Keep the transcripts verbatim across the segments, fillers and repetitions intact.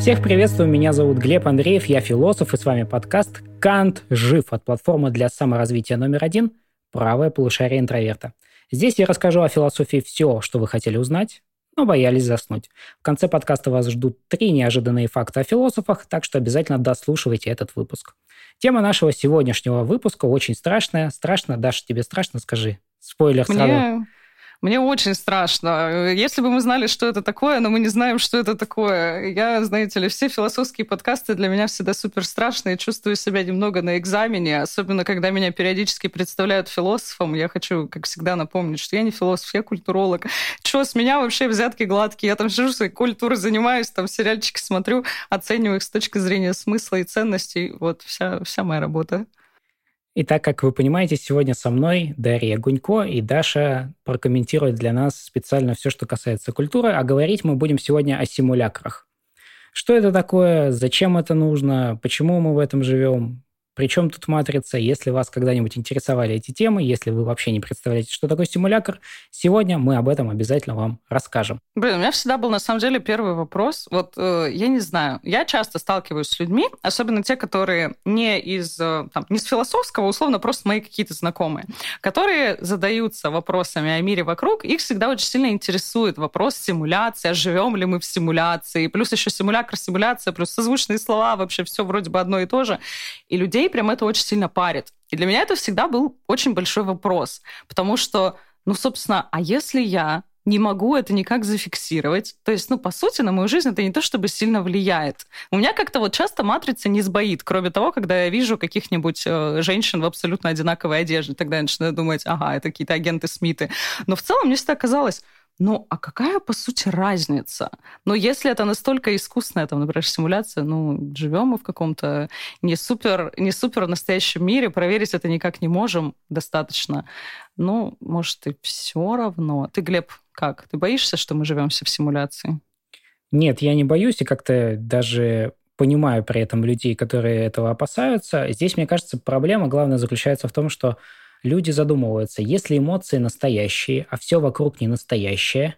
Всех приветствую, меня зовут Глеб Андреев, я философ, и с вами подкаст «Кант жив» от платформы для саморазвития номер один «Правое полушарие интроверта». Здесь я расскажу о философии все, что вы хотели узнать, но боялись заснуть. В конце подкаста вас ждут три неожиданные факта о философах, так что обязательно дослушивайте этот выпуск. Тема нашего сегодняшнего выпуска очень страшная. Страшно? Даша, тебе страшно? Скажи. Спойлер Мне... сразу. Мне очень страшно. Если бы мы знали, что это такое, но мы не знаем, что это такое. Я, знаете ли, все философские подкасты для меня всегда супер страшные. Чувствую себя немного на экзамене, особенно когда меня периодически представляют философом. Я хочу, как всегда, напомнить, что я не философ, я культуролог. Что, с меня вообще взятки гладкие? Я там сижу, своей культурой занимаюсь, там сериальчики смотрю, оцениваю их с точки зрения смысла и ценностей. Вот вся, вся моя работа. Итак, как вы понимаете, сегодня со мной Дарья Гунько, и Даша прокомментирует для нас специально все, что касается культуры, а говорить мы будем сегодня о симулякрах. Что это такое, зачем это нужно, почему мы в этом живем, при чем тут матрица? Если вас когда-нибудь интересовали эти темы, если вы вообще не представляете, что такое симулякр, сегодня мы об этом обязательно вам расскажем. Блин, у меня всегда был, на самом деле, первый вопрос. Вот э, я не знаю, я часто сталкиваюсь с людьми, особенно те, которые не из, э, там, не с философского, условно, просто мои какие-то знакомые, которые задаются вопросами о мире вокруг, их всегда очень сильно интересует вопрос симуляции, а живем ли мы в симуляции, плюс еще симулякр, симуляция, плюс созвучные слова, вообще все вроде бы одно и то же. И людей прям это очень сильно парит. И для меня это всегда был очень большой вопрос, потому что, ну, собственно, а если я не могу это никак зафиксировать. То есть, ну, по сути, на мою жизнь это не то, чтобы сильно влияет. У меня как-то вот часто матрица не сбоит, кроме того, когда я вижу каких-нибудь э, женщин в абсолютно одинаковой одежде. Тогда я начинаю думать, ага, это какие-то агенты Смиты. Но в целом мне всегда казалось, ну, а какая, по сути, разница? Ну, если это настолько искусственная, там, например, симуляция, ну, живем мы в каком-то не супер, не супер настоящем мире, проверить это никак не можем достаточно. Ну, может, и все равно. Ты, Глеб, как? Ты боишься, что мы живем все в симуляции? Нет, я не боюсь, и как-то даже понимаю при этом людей, которые этого опасаются. Здесь, мне кажется, проблема главная заключается в том, что люди задумываются, если эмоции настоящие, а все вокруг не настоящее,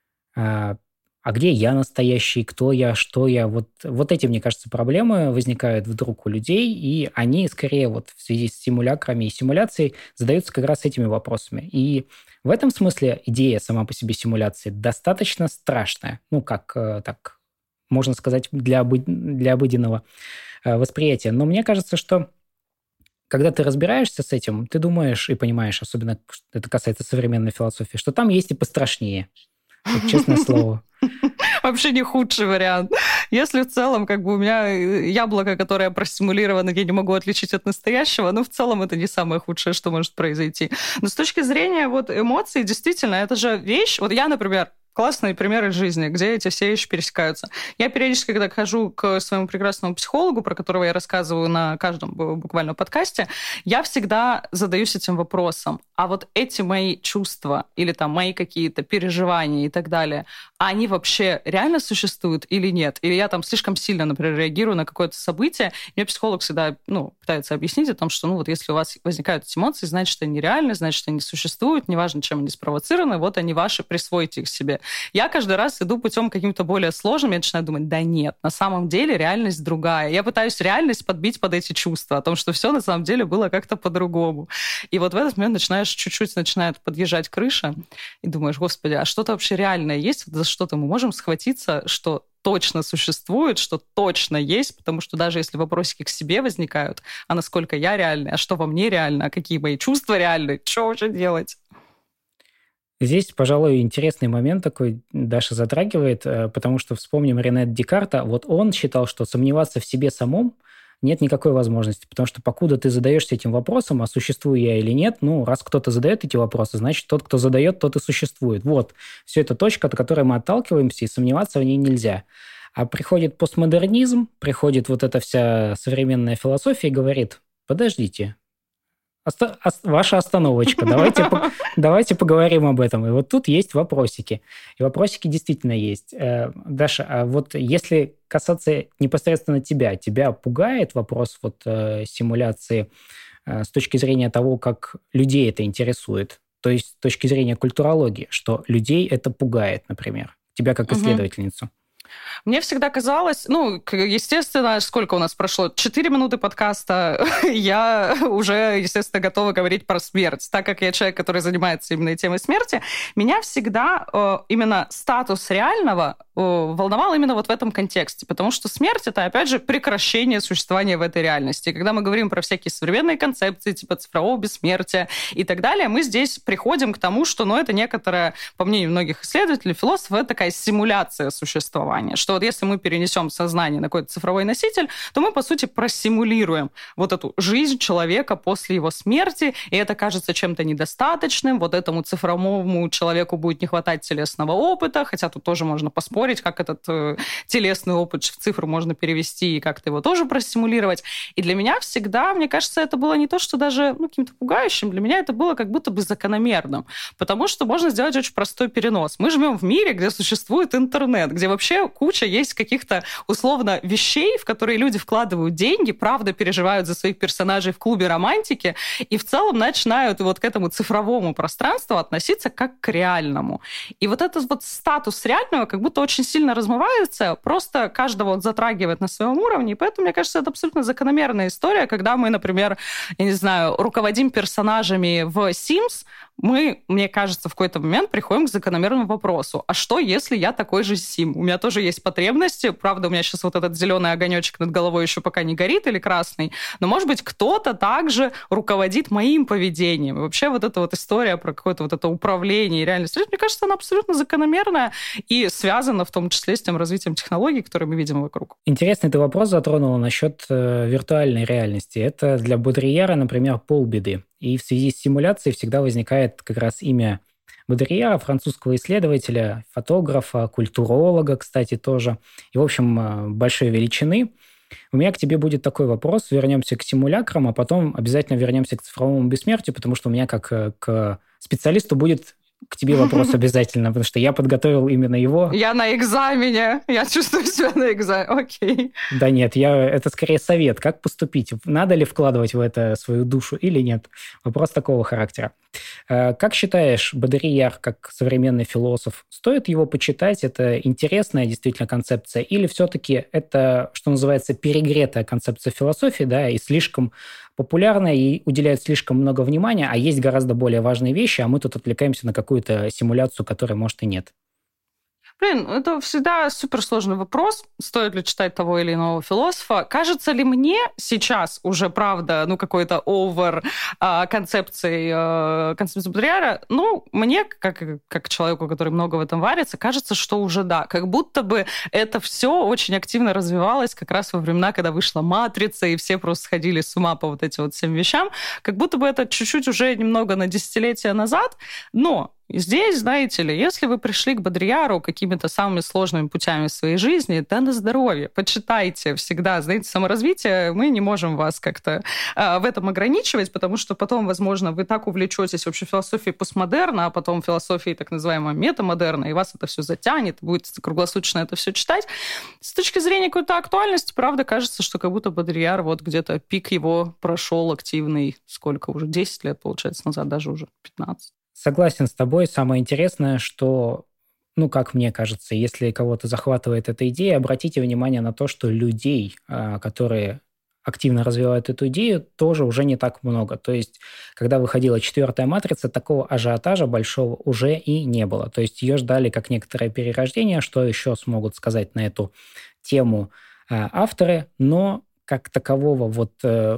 а, а где я настоящий, кто я, что я, вот, вот эти, мне кажется, проблемы возникают вдруг у людей, и они скорее вот в связи с симулякрами и симуляцией задаются как раз этими вопросами. И в этом смысле идея сама по себе симуляции достаточно страшная, ну, как так можно сказать, для, обы- для обыденного восприятия. Но мне кажется, что когда ты разбираешься с этим, ты думаешь и понимаешь, особенно это касается современной философии, что там есть и пострашнее. Вот, честное слово. Вообще не худший вариант. Если в целом, как бы у меня яблоко, которое простимулировано, я не могу отличить от настоящего, ну, в целом это не самое худшее, что может произойти. Но с точки зрения вот эмоций, действительно, это же вещь. Вот я, например, классные примеры жизни, где эти все вещи пересекаются. Я периодически, когда хожу к своему прекрасному психологу, про которого я рассказываю на каждом буквально подкасте, я всегда задаюсь этим вопросом. А вот эти мои чувства или там мои какие-то переживания и так далее, они вообще реально существуют или нет? Или я там слишком сильно, например, реагирую на какое-то событие? Мне психолог всегда ну, пытается объяснить о том, что ну, вот если у вас возникают эти эмоции, значит, что они реальны, значит, они существуют, неважно, чем они спровоцированы, вот они ваши, присвойте их себе. Я каждый раз иду путем каким-то более сложным, я начинаю думать, да нет, на самом деле реальность другая. Я пытаюсь реальность подбить под эти чувства, о том, что все на самом деле было как-то по-другому. И вот в этот момент начинаешь чуть-чуть начинает подъезжать крыша, и думаешь, господи, а что-то вообще реальное есть? Вот за что-то мы можем схватиться, что точно существует, что точно есть, потому что даже если вопросики к себе возникают, а насколько я реальный, а что во мне реально, а какие мои чувства реальны, что уже делать? Здесь, пожалуй, интересный момент такой Даша затрагивает, потому что вспомним Рене Декарта. Вот он считал, что сомневаться в себе самом нет никакой возможности, потому что покуда ты задаешься этим вопросом, а существую я или нет, ну, раз кто-то задает эти вопросы, значит, тот, кто задает, тот и существует. Вот, все это точка, от которой мы отталкиваемся, и сомневаться в ней нельзя. А приходит постмодернизм, приходит вот эта вся современная философия и говорит, подождите, Оста- ос- ваша остановочка, давайте, по- давайте поговорим об этом. И вот тут есть вопросики. И вопросики действительно есть. Э, Даша, а вот если касаться непосредственно тебя, тебя пугает вопрос вот э, симуляции э, с точки зрения того, как людей это интересует? То есть с точки зрения культурологии, что людей это пугает, например, тебя как Мгм. исследовательницу? Мне всегда казалось, ну, естественно, сколько у нас прошло? Четыре минуты подкаста, я уже, естественно, готова говорить про смерть. Так как я человек, который занимается именно темой смерти, меня всегда э, именно статус реального э, волновал именно вот в этом контексте, потому что смерть — это, опять же, прекращение существования в этой реальности. И когда мы говорим про всякие современные концепции, типа цифрового бессмертия и так далее, мы здесь приходим к тому, что, ну, это некоторая, по мнению многих исследователей, философов, это такая симуляция существования, что вот если мы перенесем сознание на какой-то цифровой носитель, то мы, по сути, просимулируем вот эту жизнь человека после его смерти, и это кажется чем-то недостаточным, вот этому цифровому человеку будет не хватать телесного опыта, хотя тут тоже можно поспорить, как этот э, телесный опыт в цифру можно перевести и как-то его тоже просимулировать. И для меня всегда, мне кажется, это было не то, что даже ну, каким-то пугающим, для меня это было как будто бы закономерным, потому что можно сделать очень простой перенос. Мы живем в мире, где существует интернет, где вообще куча есть каких-то условно вещей, в которые люди вкладывают деньги, правда переживают за своих персонажей в клубе романтики и в целом начинают вот к этому цифровому пространству относиться как к реальному. И вот этот вот статус реального как будто очень сильно размывается, просто каждого вот затрагивает на своем уровне, и поэтому, мне кажется, это абсолютно закономерная история, когда мы, например, я не знаю, руководим персонажами в Sims, мы, мне кажется, в какой-то момент приходим к закономерному вопросу. А что, если я такой же сим? У меня тоже есть потребности. Правда, у меня сейчас вот этот зеленый огонечек над головой еще пока не горит или красный. Но, может быть, кто-то также руководит моим поведением. И вообще вот эта вот история про какое-то вот это управление и реальность, мне кажется, она абсолютно закономерная и связана в том числе с тем развитием технологий, которые мы видим вокруг. Интересный ты вопрос затронула насчет э, виртуальной реальности. Это для Бодрияра, например, полбеды. И в связи с симуляцией всегда возникает как раз имя Бодрияра, французского исследователя, фотографа, культуролога, кстати, тоже. И, в общем, большой величины. У меня к тебе будет такой вопрос. Вернемся к симулякрам, а потом обязательно вернемся к цифровому бессмертию, потому что у меня как к специалисту будет к тебе вопрос обязательно, потому что я подготовил именно его. Я на экзамене. Я чувствую себя на экзамене. Окей. Да нет, я, это скорее совет. Как поступить? Надо ли вкладывать в это свою душу или нет? Вопрос такого характера. Как считаешь, Бодрияр, как современный философ, стоит его почитать? Это интересная действительно концепция? Или все-таки это, что называется, перегретая концепция философии, да, и слишком популярная, и уделяют слишком много внимания, а есть гораздо более важные вещи, а мы тут отвлекаемся на какую-то симуляцию, которой, может, и нет? Блин, это всегда суперсложный вопрос, стоит ли читать того или иного философа. Кажется ли мне сейчас уже, правда, ну, какой-то овер а, концепции, а, концепции Бодрияра? Ну, мне, как, как человеку, который много в этом варится, кажется, что уже да. Как будто бы это все очень активно развивалось как раз во времена, когда вышла «Матрица», и все просто сходили с ума по вот этим вот всем вещам. Как будто бы это чуть-чуть уже немного на десятилетия назад, но здесь, знаете ли, если вы пришли к Бодрияру какими-то самыми сложными путями в своей жизни, да на здоровье, почитайте всегда. Знаете, саморазвитие, мы не можем вас как-то э, в этом ограничивать, потому что потом, возможно, вы так увлечетесь вообще философией постмодерна, а потом философией так называемого метамодерна, и вас это все затянет, будете круглосуточно это все читать. С точки зрения какой-то актуальности, правда, кажется, что как будто Бодрияр, вот где-то пик его прошел активный, сколько уже, десять лет, получается, назад, даже уже пятнадцать. Согласен с тобой. Самое интересное, что, ну, как мне кажется, если кого-то захватывает эта идея, обратите внимание на то, что людей, которые активно развивают эту идею, тоже уже не так много. То есть, когда выходила четвертая «Матрица», такого ажиотажа большого уже и не было. То есть ее ждали как некоторое перерождение, что еще смогут сказать на эту тему авторы, но как такового вот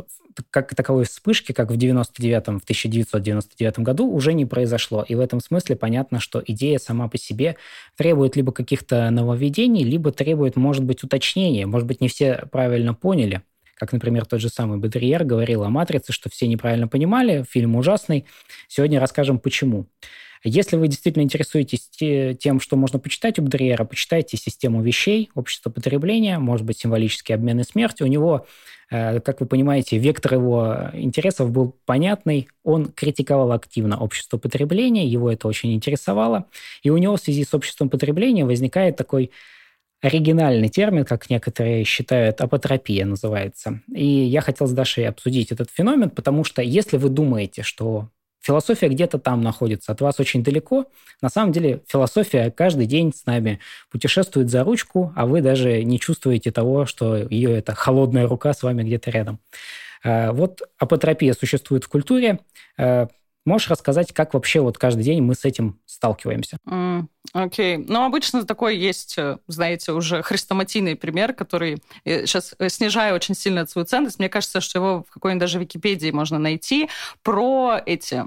как таковой вспышки, как в девяносто девятом, в тысяча девятьсот девяносто девятом году, уже не произошло. И в этом смысле понятно, что идея сама по себе требует либо каких-то нововведений, либо требует, может быть, уточнения. Может быть, не все правильно поняли. Как, например, тот же самый Бодрияр говорил о «Матрице», что все неправильно понимали, фильм ужасный. Сегодня расскажем, почему. Если вы действительно интересуетесь тем, что можно почитать у Бодрияра, почитайте «Систему вещей», «Общество потребления», может быть, «Символический обмен и смерть». У него, как вы понимаете, вектор его интересов был понятный. Он критиковал активно общество потребления, его это очень интересовало. И у него в связи с обществом потребления возникает такой оригинальный термин, как некоторые считают, апотропия называется. И я хотел с Дашей обсудить этот феномен, потому что если вы думаете, что философия где-то там находится, от вас очень далеко. На самом деле философия каждый день с нами путешествует за ручку, а вы даже не чувствуете того, что ее эта холодная рука с вами где-то рядом. Вот апотропия существует в культуре. Можешь рассказать, как вообще вот каждый день мы с этим сталкиваемся? Mm, окей. Okay. Ну, обычно такой есть, знаете, уже хрестоматийный пример, который сейчас снижаю очень сильно свою ценность. Мне кажется, что его в какой-нибудь даже Википедии можно найти про эти,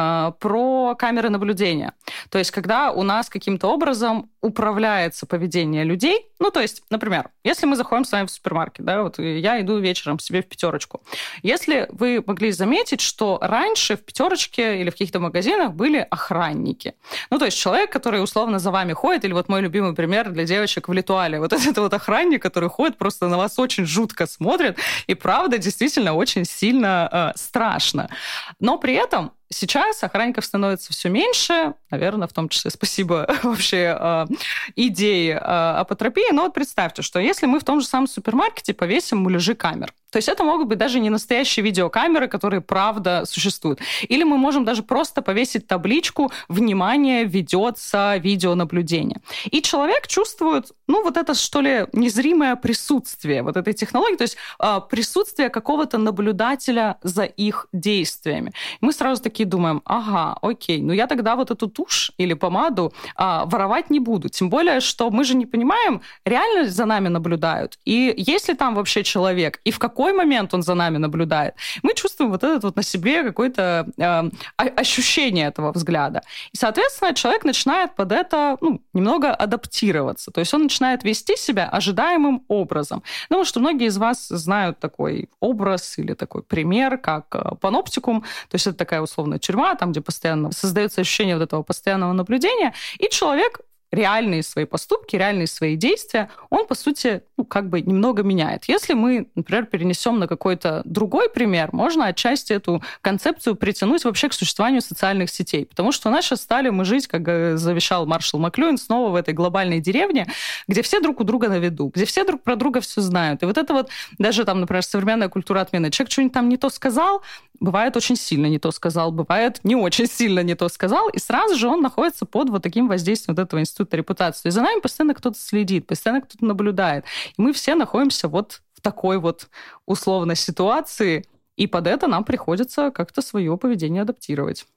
про камеры наблюдения. То есть, когда у нас каким-то образом управляется поведение людей, ну, то есть, например, если мы заходим с вами в супермаркет, да, вот я иду вечером себе в пятерочку. Если вы могли заметить, что раньше в пятерочке или в каких-то магазинах были охранники. Ну, то есть человек, который условно за вами ходит, или вот мой любимый пример для девочек в Литуале. Вот этот вот охранник, который ходит, просто на вас очень жутко смотрит, и правда действительно очень сильно э, страшно. Но при этом сейчас охранников становится все меньше, наверное, в том числе спасибо вообще э, идее э, апотропии. Но вот представьте, что если мы в том же самом супермаркете повесим муляжи камер, то есть это могут быть даже не настоящие видеокамеры, которые правда существуют. Или мы можем даже просто повесить табличку «Внимание, ведется видеонаблюдение». И человек чувствует, ну, вот это, что ли, незримое присутствие вот этой технологии, то есть э, присутствие какого-то наблюдателя за их действиями. И мы сразу такие думаем, ага, окей, ну я тогда вот эту тушь или помаду э, воровать не буду. Тем более, что мы же не понимаем, реально за нами наблюдают, и есть ли там вообще человек, и в какой момент он за нами наблюдает. Мы чувствуем вот это вот на себе какое-то э, ощущение этого взгляда. И, соответственно, человек начинает под это ну, немного адаптироваться. То есть он начинает вести себя ожидаемым образом. Думаю, что многие из вас знают такой образ или такой пример, как паноптикум. То есть это такая условная тюрьма, там, где постоянно создается ощущение вот этого постоянного наблюдения, и человек реальные свои поступки, реальные свои действия, он, по сути, ну, как бы немного меняет. Если мы, например, перенесем на какой-то другой пример, можно отчасти эту концепцию притянуть вообще к существованию социальных сетей. Потому что у нас сейчас стали мы жить, как завещал Маршал Маклюин, снова в этой глобальной деревне, где все друг у друга на виду, где все друг про друга все знают. И вот это вот, даже там, например, современная культура отмены. Человек что-нибудь там не то сказал, бывает очень сильно не то сказал, бывает не очень сильно не то сказал, и сразу же он находится под вот таким воздействием вот этого института репутации. И за нами постоянно кто-то следит, постоянно кто-то наблюдает. И мы все находимся вот в такой вот условной ситуации, и под это нам приходится как-то свое поведение адаптировать.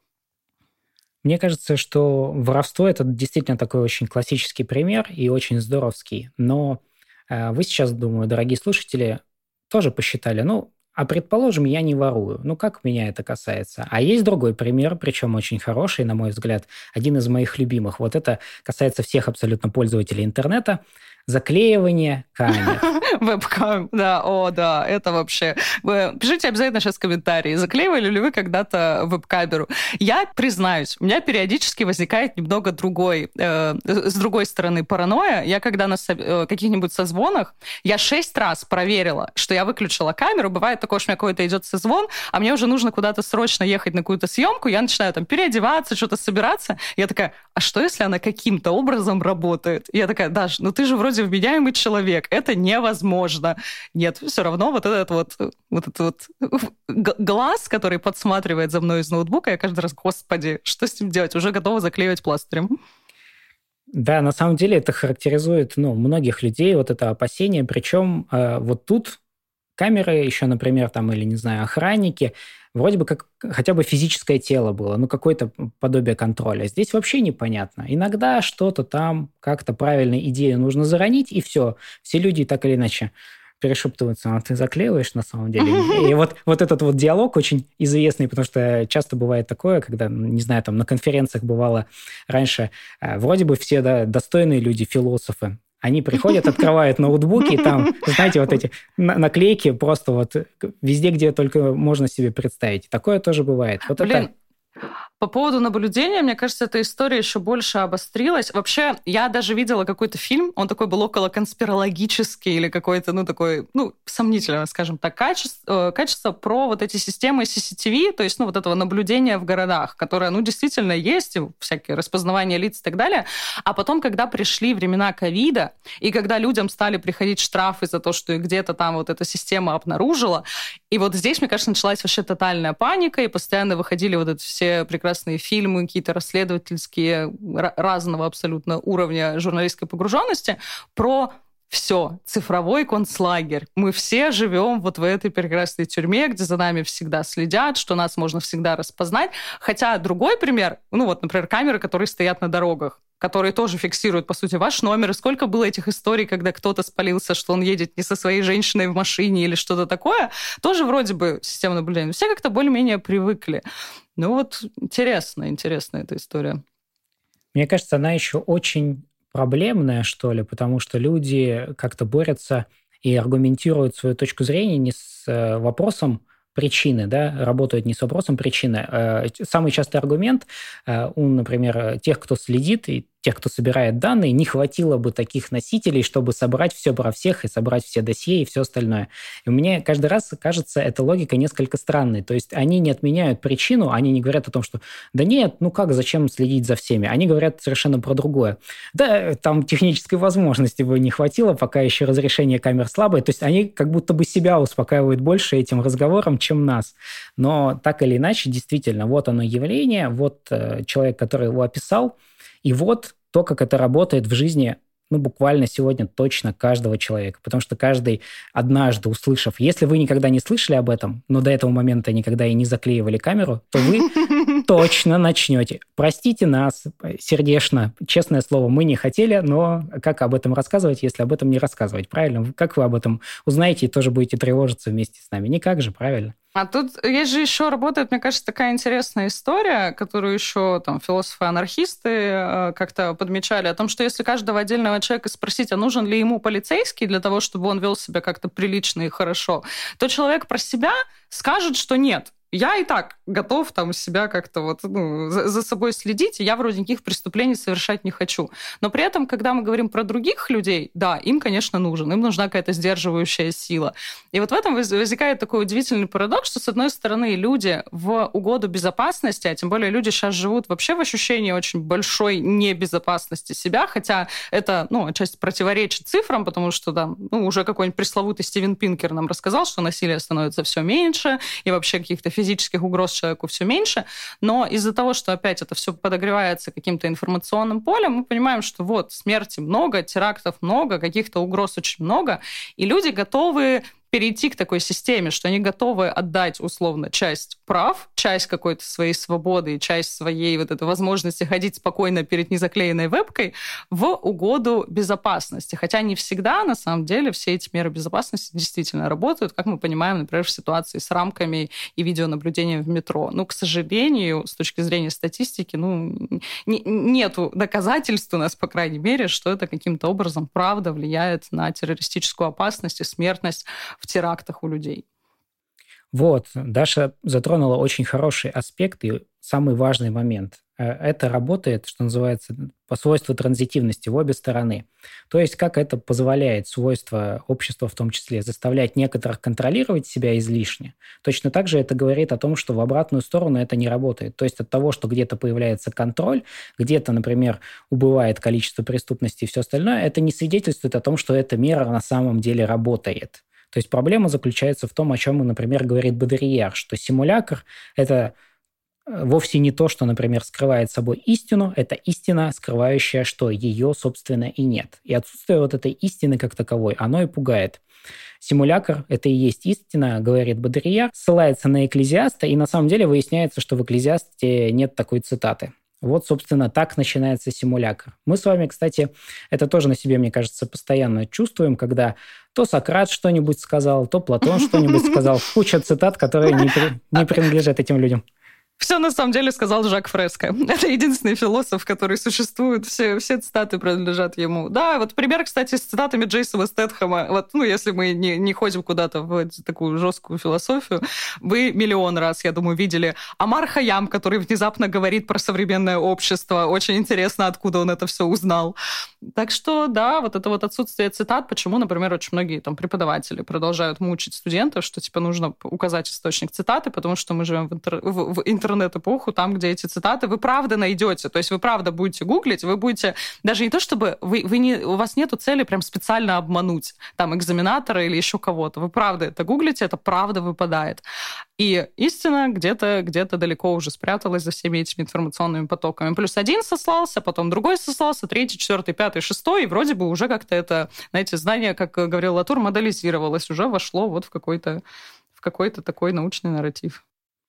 Мне кажется, что воровство – это действительно такой очень классический пример и очень здоровский. Но э, вы сейчас, думаю, дорогие слушатели, тоже посчитали, ну, а предположим, я не ворую. Ну, как меня это касается? А есть другой пример, причем очень хороший, на мой взгляд, один из моих любимых. Вот это касается всех абсолютно пользователей интернета. Заклеивание камер. Вебкам, да, о, да, это вообще... Вы пишите обязательно сейчас комментарии, заклеивали ли вы когда-то веб-камеру. Я признаюсь, у меня периодически возникает немного другой, э, с другой стороны паранойя. Я когда на со- э, каких-нибудь созвонах, я шесть раз проверила, что я выключила камеру. Бывает такое, что у меня какой-то идет созвон, а мне уже нужно куда-то срочно ехать на какую-то съемку, я начинаю там переодеваться, что-то собираться. Я такая, а что, если она каким-то образом работает? И я такая, Даш, ну ты же вроде вменяемый человек, это невозможно. Нет, все равно вот этот вот, вот этот вот глаз, который подсматривает за мной из ноутбука, я каждый раз, господи, что с ним делать? Уже готова заклеивать пластырем. Да, на самом деле это характеризует ну, многих людей, вот это опасение. Причем э, вот тут камеры еще, например, там, или, не знаю, охранники, вроде бы как хотя бы физическое тело было, ну, какое-то подобие контроля. Здесь вообще непонятно. Иногда что-то там, как-то правильно идею нужно заронить, и все. Все люди так или иначе перешептываются, а ты заклеиваешь на самом деле? И вот, вот этот вот диалог очень известный, потому что часто бывает такое, когда, не знаю, там на конференциях бывало раньше, вроде бы все да, достойные люди, философы, они приходят, открывают ноутбуки, и там, знаете, вот эти наклейки просто вот везде, где только можно себе представить. Такое тоже бывает. Вот Блин, это... По поводу наблюдения, мне кажется, эта история еще больше обострилась. Вообще, я даже видела какой-то фильм, он такой был около конспирологический или какой-то, ну, такой, ну, сомнительного, скажем так, качество, качество про вот эти системы си си ти ви, то есть, ну, вот этого наблюдения в городах, которое, ну, действительно есть, всякие распознавания лиц и так далее. А потом, когда пришли времена ковида, и когда людям стали приходить штрафы за то, что их где-то там вот эта система обнаружила, и вот здесь, мне кажется, началась вообще тотальная паника, и постоянно выходили вот эти все прекрасные фильмы, какие-то расследовательские разного абсолютно уровня журналистской погруженности про все, цифровой концлагерь. Мы все живем вот в этой прекрасной тюрьме, где за нами всегда следят, что нас можно всегда распознать. Хотя другой пример, ну вот, например, камеры, которые стоят на дорогах, которые тоже фиксируют, по сути, ваш номер. И сколько было этих историй, когда кто-то спалился, что он едет не со своей женщиной в машине или что-то такое. Тоже вроде бы система наблюдения. Все как-то более-менее привыкли. Ну вот интересно, интересная эта история. Мне кажется, она еще очень проблемная, что ли, потому что люди как-то борются и аргументируют свою точку зрения не с вопросом причины, да, работают не с вопросом причины. Самый частый аргумент у, например, тех, кто следит, и тех, кто собирает данные, не хватило бы таких носителей, чтобы собрать все про всех и собрать все досье и все остальное. И мне каждый раз кажется эта логика несколько странной. То есть они не отменяют причину, они не говорят о том, что да нет, ну как, зачем следить за всеми? Они говорят совершенно про другое. Да, там технической возможности бы не хватило, пока еще разрешение камер слабое. То есть они как будто бы себя успокаивают больше этим разговором, чем нас. Но так или иначе, действительно, вот оно явление, вот э, человек, который его описал, и вот то, как это работает в жизни, ну, буквально сегодня точно каждого человека. Потому что каждый, однажды услышав, если вы никогда не слышали об этом, но до этого момента никогда и не заклеивали камеру, то вы точно начнете. Простите нас сердечно, честное слово, мы не хотели, но как об этом рассказывать, если об этом не рассказывать, правильно? Как вы об этом узнаете и тоже будете тревожиться вместе с нами? Никак же, правильно? А тут есть же еще работает, мне кажется, такая интересная история, которую еще там философы-анархисты как-то подмечали, о том, что если каждого отдельного человека спросить, а нужен ли ему полицейский для того, чтобы он вел себя как-то прилично и хорошо, то человек про себя скажет, что нет. Я и так готов там себя как-то вот, ну, за, за собой следить, и я вроде никаких преступлений совершать не хочу. Но при этом, когда мы говорим про других людей, да, им, конечно, нужен, им нужна какая-то сдерживающая сила. И вот в этом возникает такой удивительный парадокс, что, с одной стороны, люди в угоду безопасности, а тем более люди сейчас живут вообще в ощущении очень большой небезопасности себя, хотя это, ну, отчасти противоречит цифрам, потому что, да, ну, уже какой-нибудь пресловутый Стивен Пинкер нам рассказал, что насилие становится все меньше, и вообще каких-то физических угроз человеку все меньше, но из-за того, что опять это все подогревается каким-то информационным полем, мы понимаем, что вот смерти много, терактов много, каких-то угроз очень много, и люди готовы перейти к такой системе, что они готовы отдать, условно, часть прав, часть какой-то своей свободы и часть своей вот этой возможности ходить спокойно перед незаклеенной вебкой в угоду безопасности. Хотя не всегда, на самом деле, все эти меры безопасности действительно работают, как мы понимаем, например, в ситуации с рамками и видеонаблюдением в метро. Ну, к сожалению, с точки зрения статистики, ну, не, нету доказательств у нас, по крайней мере, что это каким-то образом правда влияет на террористическую опасность и смертность в терактах у людей. Вот, Даша затронула очень хороший аспект и самый важный момент. Это работает, что называется, по свойству транзитивности в обе стороны. То есть как это позволяет свойство общества в том числе заставлять некоторых контролировать себя излишне. Точно так же это говорит о том, что в обратную сторону это не работает. То есть от того, что где-то появляется контроль, где-то, например, убывает количество преступности и все остальное, это не свидетельствует о том, что эта мера на самом деле работает. То есть проблема заключается в том, о чем, например, говорит Бодрияр, что симулятор – это вовсе не то, что, например, скрывает собой истину, это истина, скрывающая, что ее, собственно, и нет. И отсутствие вот этой истины как таковой, оно и пугает. Симулятор – это и есть истина, говорит Бодрияр, ссылается на Экклезиаста, и на самом деле выясняется, что в Экклезиасте нет такой цитаты. Вот, собственно, так начинается симулятор. Мы с вами, кстати, это тоже на себе, мне кажется, постоянно чувствуем, когда то Сократ что-нибудь сказал, то Платон что-нибудь сказал. Куча цитат, которые не, при... не принадлежат этим людям. Все на самом деле сказал Жак Фреско. Это единственный философ, который существует. Все, все цитаты принадлежат ему. Да, вот пример, кстати, с цитатами Джейсона Стэтхэма. Вот, ну, если мы не, не ходим куда-то в такую жесткую философию, вы миллион раз, я думаю, видели Омар Хайям, который внезапно говорит про современное общество. Очень интересно, откуда он это все узнал. Так что, да, вот это вот отсутствие цитат, почему, например, очень многие там преподаватели продолжают мучить студентов, что типа нужно указать источник цитаты, потому что мы живем в, интер... в, в интернет-эпоху, там, где эти цитаты вы правда найдете. То есть вы правда будете гуглить, вы будете... Даже не то, чтобы вы, вы не... у вас нету цели прям специально обмануть там экзаменатора или еще кого-то. Вы правда это гуглите, это правда выпадает. И истина где-то где далеко уже спряталась за всеми этими информационными потоками. Плюс один сослался, потом другой сослался, третий, четвертый, пятый, шестой, и вроде бы уже как-то это, знаете, знание, как говорил Латур, моделизировалось, уже вошло вот в какой-то, в какой-то такой научный нарратив.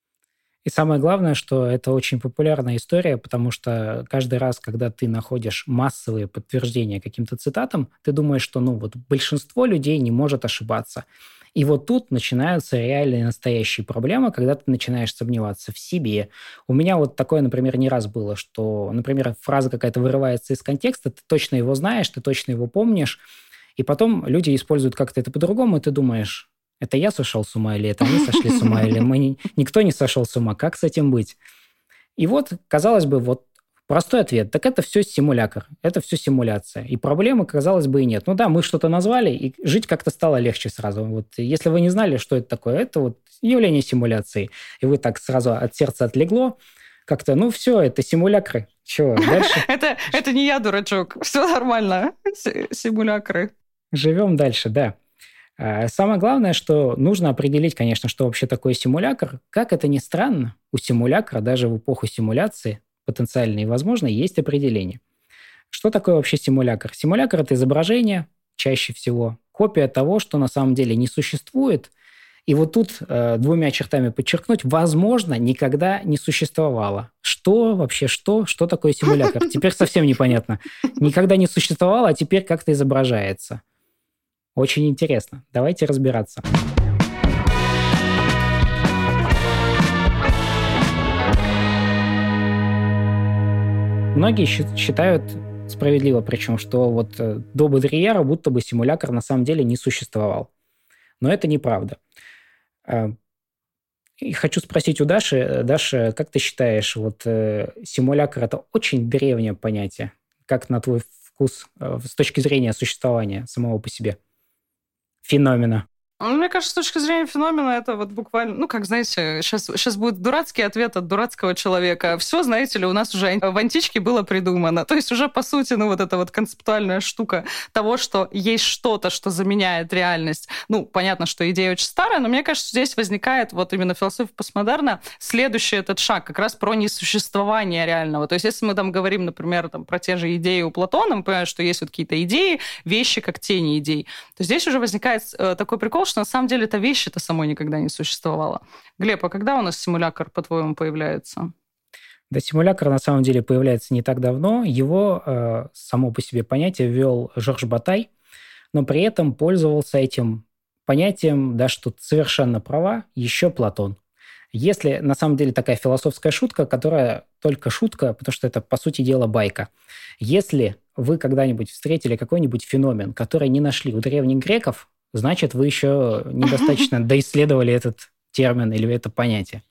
И самое главное, что это очень популярная история, потому что каждый раз, когда ты находишь массовые подтверждения каким-то цитатам, ты думаешь, что ну вот большинство людей не может ошибаться. И вот тут начинаются реальные настоящие проблемы, когда ты начинаешь сомневаться в себе. У меня вот такое, например, не раз было, что, например, фраза какая-то вырывается из контекста, ты точно его знаешь, ты точно его помнишь, и потом люди используют как-то это по-другому, и ты думаешь, это я сошел с ума, или это они сошли с ума, или мы не... никто не сошел с ума, как с этим быть? И вот, казалось бы, вот простой ответ. Так это все симулятор, это все симуляция. И проблемы, казалось бы, и нет. Ну да, мы что-то назвали, и жить как-то стало легче сразу. Вот если вы не знали, что это такое, это вот явление симуляции. И вы так сразу от сердца отлегло, как-то, ну все, это симулякры. Чего, дальше? это, это не я, дурачок. Все нормально. Симулякры. Живем дальше, да. Самое главное, что нужно определить, конечно, что вообще такое симулятор. Как это ни странно, у симулятора даже в эпоху симуляции потенциально и возможно есть определение. Что такое вообще симулятор? Симулятор – это изображение, чаще всего, копия того, что на самом деле не существует. И вот тут э, двумя чертами подчеркнуть, возможно, никогда не существовало. Что вообще, что? Что такое симулятор? Теперь совсем непонятно. Никогда не существовало, а теперь как-то изображается. Очень интересно. Давайте разбираться. Многие считают, справедливо причем, что вот до Бодрияра будто бы симулятор на самом деле не существовал. Но это неправда. И хочу спросить у Даши. Даша, как ты считаешь, вот симулятор – это очень древнее понятие? Как на твой вкус с точки зрения существования самого по себе? Феномена. Мне кажется, с точки зрения феномена, это вот буквально, ну, как, знаете, сейчас, сейчас будет дурацкий ответ от дурацкого человека. Все, знаете ли, у нас уже в античке было придумано. То есть уже, по сути, ну, вот эта вот концептуальная штука того, что есть что-то, что заменяет реальность. Ну, понятно, что идея очень старая, но мне кажется, здесь возникает вот именно философия постмодерна следующий этот шаг, как раз про несуществование реального. То есть если мы там говорим, например, там, про те же идеи у Платона, мы понимаем, что есть вот какие-то идеи, вещи как тени идей, то здесь уже возникает э, такой прикол, что на самом деле эта вещь-то самой никогда не существовала. Глеб, а когда у нас симулятор, по-твоему, появляется? Да, симулятор на самом деле появляется не так давно. Его э, само по себе понятие ввел Жорж Батай, но при этом пользовался этим понятием, да, что совершенно права, еще Платон. Если на самом деле такая философская шутка, которая только шутка, потому что это, по сути дела, байка. Если вы когда-нибудь встретили какой-нибудь феномен, который не нашли у древних греков, значит, вы еще недостаточно доисследовали этот термин или это понятие.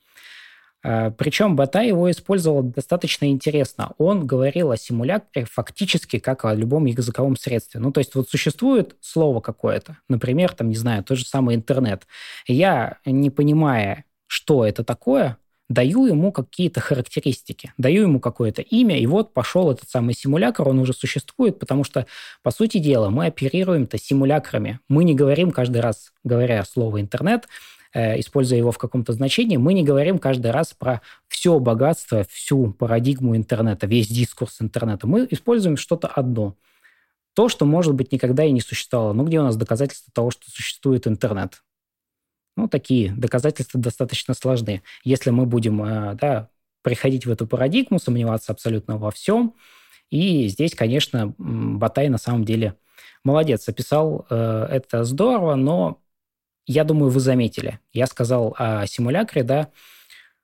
Причем Батай его использовал достаточно интересно. Он говорил о симуляторе фактически как о любом языковом средстве. Ну, то есть вот существует слово какое-то, например, там, не знаю, тот же самый интернет. Я, не понимая, что это такое, даю ему какие-то характеристики, даю ему какое-то имя, и вот пошел этот самый симулятор, он уже существует, потому что, по сути дела, мы оперируем-то симулякрами. Мы не говорим каждый раз, говоря слово «интернет», э, используя его в каком-то значении, мы не говорим каждый раз про все богатство, всю парадигму интернета, весь дискурс интернета. Мы используем что-то одно. То, что, может быть, никогда и не существовало. Ну, где у нас доказательства того, что существует интернет? Ну, такие доказательства достаточно сложны. Если мы будем, да, приходить в эту парадигму, сомневаться абсолютно во всем. И здесь, конечно, Батай на самом деле молодец. Описал это здорово, но я думаю, вы заметили. Я сказал о симулякре, да,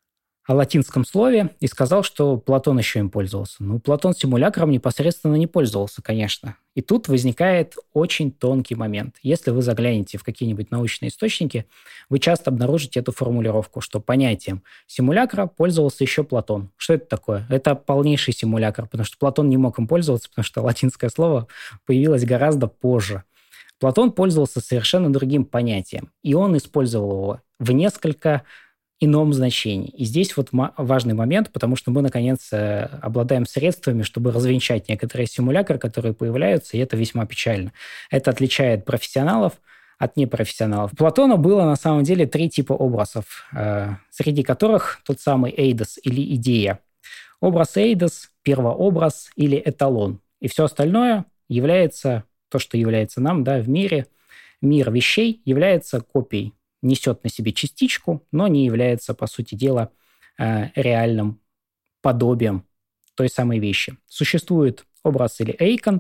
о латинском слове и сказал, что Платон еще им пользовался. Ну, Платон симулякром непосредственно не пользовался, конечно. И тут возникает очень тонкий момент. Если вы заглянете в какие-нибудь научные источники, вы часто обнаружите эту формулировку, что понятием симулякра пользовался еще Платон. Что это такое? Это полнейший симулякр, потому что Платон не мог им пользоваться, потому что латинское слово появилось гораздо позже. Платон пользовался совершенно другим понятием, и он использовал его в несколько ином значении. И здесь вот важный момент, потому что мы, наконец, обладаем средствами, чтобы развенчать некоторые симулякры, которые появляются, и это весьма печально. Это отличает профессионалов от непрофессионалов. У Платона было, на самом деле, три типа образов, среди которых тот самый эйдос или идея. Образ эйдос, первообраз или эталон. И все остальное является, то, что является нам, да, в мире, мир вещей является копией. Несет на себе частичку, но не является, по сути дела, реальным подобием той самой вещи. Существует образ или эйкон,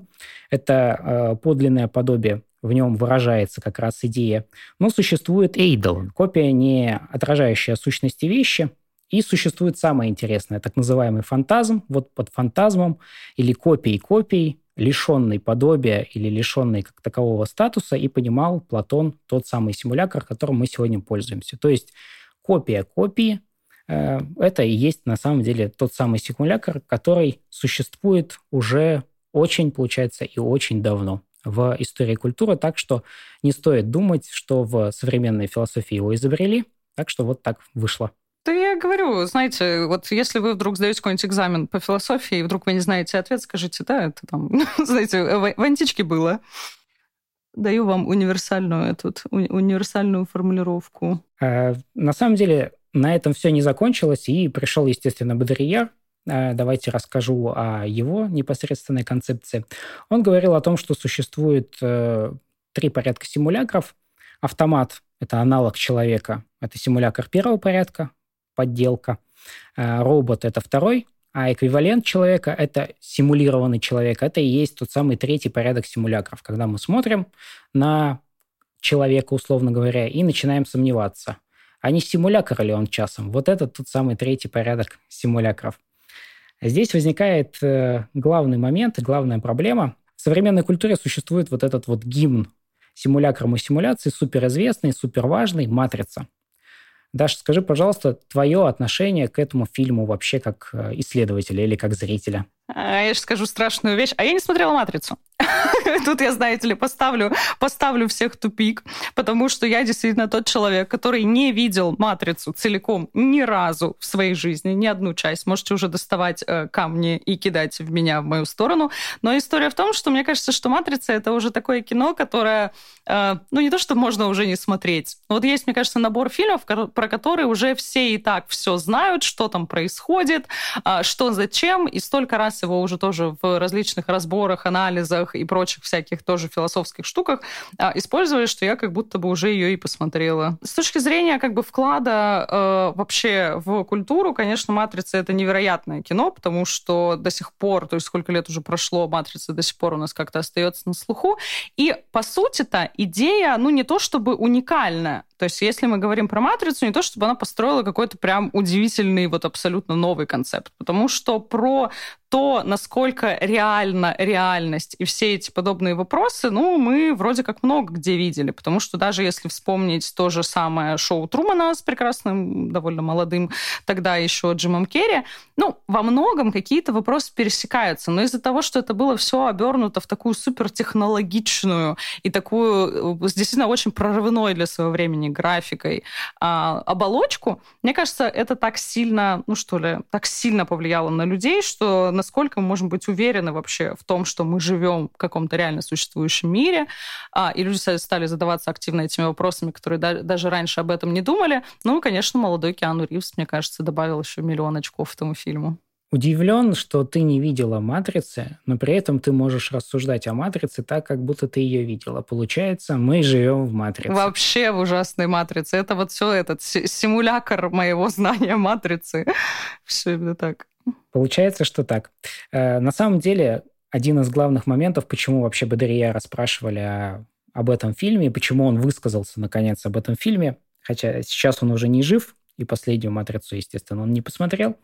это подлинное подобие, в нем выражается как раз идея, но существует эйдолон, копия, не отражающая сущности вещи, и существует самое интересное, так называемый фантазм. Вот под фантазмом или копией копий, лишенный подобия или лишенный как такового статуса, и понимал Платон тот самый симулякр, которым мы сегодня пользуемся. То есть копия копии э, – это и есть на самом деле тот самый симулякр, который существует уже очень, получается, и очень давно в истории культуры, так что не стоит думать, что в современной философии его изобрели, так что вот так вышло. Да я говорю, знаете, вот если вы вдруг сдаете какой-нибудь экзамен по философии, и вдруг вы не знаете ответ, скажите, да, это там, знаете, в античке было. Даю вам универсальную, эту, универсальную формулировку. А, на самом деле на этом все не закончилось, и пришел, естественно, Бодрияр. А, давайте расскажу о его непосредственной концепции. Он говорил о том, что существует э, три порядка симулякров. Автомат – это аналог человека, это симулякр первого порядка, подделка. Робот – это второй, а эквивалент человека – это симулированный человек. Это и есть тот самый третий порядок симулякров, когда мы смотрим на человека, условно говоря, и начинаем сомневаться, а не симулякр ли он часом? Вот это тот самый третий порядок симулякров. Здесь возникает главный момент и главная проблема. В современной культуре существует вот этот вот гимн симулякрам и симуляции, суперизвестный, суперважный, «Матрица». Даша, скажи, пожалуйста, твое отношение к этому фильму вообще как исследователя или как зрителя? Я сейчас скажу страшную вещь. А я не смотрела «Матрицу». Тут я, знаете ли, поставлю, поставлю всех в тупик, потому что я действительно тот человек, который не видел «Матрицу» целиком ни разу в своей жизни, ни одну часть. Можете уже доставать э, камни и кидать в меня, в мою сторону. Но история в том, что мне кажется, что «Матрица» — это уже такое кино, которое, э, ну, не то, что можно уже не смотреть. Вот есть, мне кажется, набор фильмов, про которые уже все и так все знают, что там происходит, э, что зачем, и столько раз его уже тоже в различных разборах, анализах и прочих всяких тоже философских штуках а, использовали, что я как будто бы уже ее и посмотрела. С точки зрения как бы вклада э, вообще в культуру, конечно, «Матрица» — это невероятное кино, потому что до сих пор, то есть сколько лет уже прошло, «Матрица» до сих пор у нас как-то остается на слуху. И, по сути-то, идея, ну, не то чтобы уникальная. То есть если мы говорим про «Матрицу», не то чтобы она построила какой-то прям удивительный, вот абсолютно новый концепт, потому что про то, насколько реальна реальность и все эти подобные вопросы, ну, мы вроде как много где видели, потому что даже если вспомнить то же самое шоу Трумана с прекрасным, довольно молодым тогда еще Джимом Керри, ну, во многом какие-то вопросы пересекаются, но из-за того, что это было все обернуто в такую супертехнологичную и такую действительно очень прорывной для своего времени графикой а, оболочку, мне кажется, это так сильно, ну что ли, так сильно повлияло на людей, что насколько мы можем быть уверены вообще в том, что мы живем в каком-то реально существующем мире, а, и люди стали задаваться активно этими вопросами, которые да, даже раньше об этом не думали. Ну, конечно, молодой Киану Ривз, мне кажется, добавил еще миллион очков этому фильму. Удивлен, что ты не видела «Матрицы», но при этом ты можешь рассуждать о «Матрице» так, как будто ты ее видела. Получается, мы живем в «Матрице». Вообще в ужасной «Матрице». Это вот все этот симулякр моего знания «Матрицы». Все именно так. Получается, что так. На самом деле, один из главных моментов, почему вообще Бодрияра спрашивали о, об этом фильме, почему он высказался, наконец, об этом фильме, хотя сейчас он уже не жив, и последнюю «Матрицу», естественно, он не посмотрел.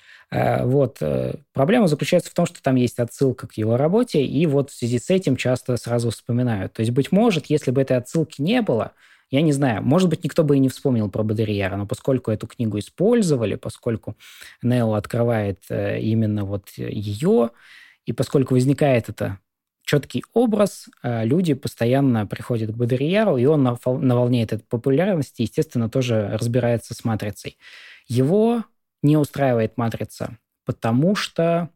Вот. Проблема заключается в том, что там есть отсылка к его работе, и вот в связи с этим часто сразу вспоминают. То есть, быть может, если бы этой отсылки не было, я не знаю, может быть, никто бы и не вспомнил про Бодрияра, но поскольку эту книгу использовали, поскольку Нео открывает именно вот ее, и поскольку возникает это четкий образ, люди постоянно приходят к Бодрияру, и он на, на волне этой популярности, естественно, тоже разбирается с «Матрицей». Его не устраивает «Матрица», потому что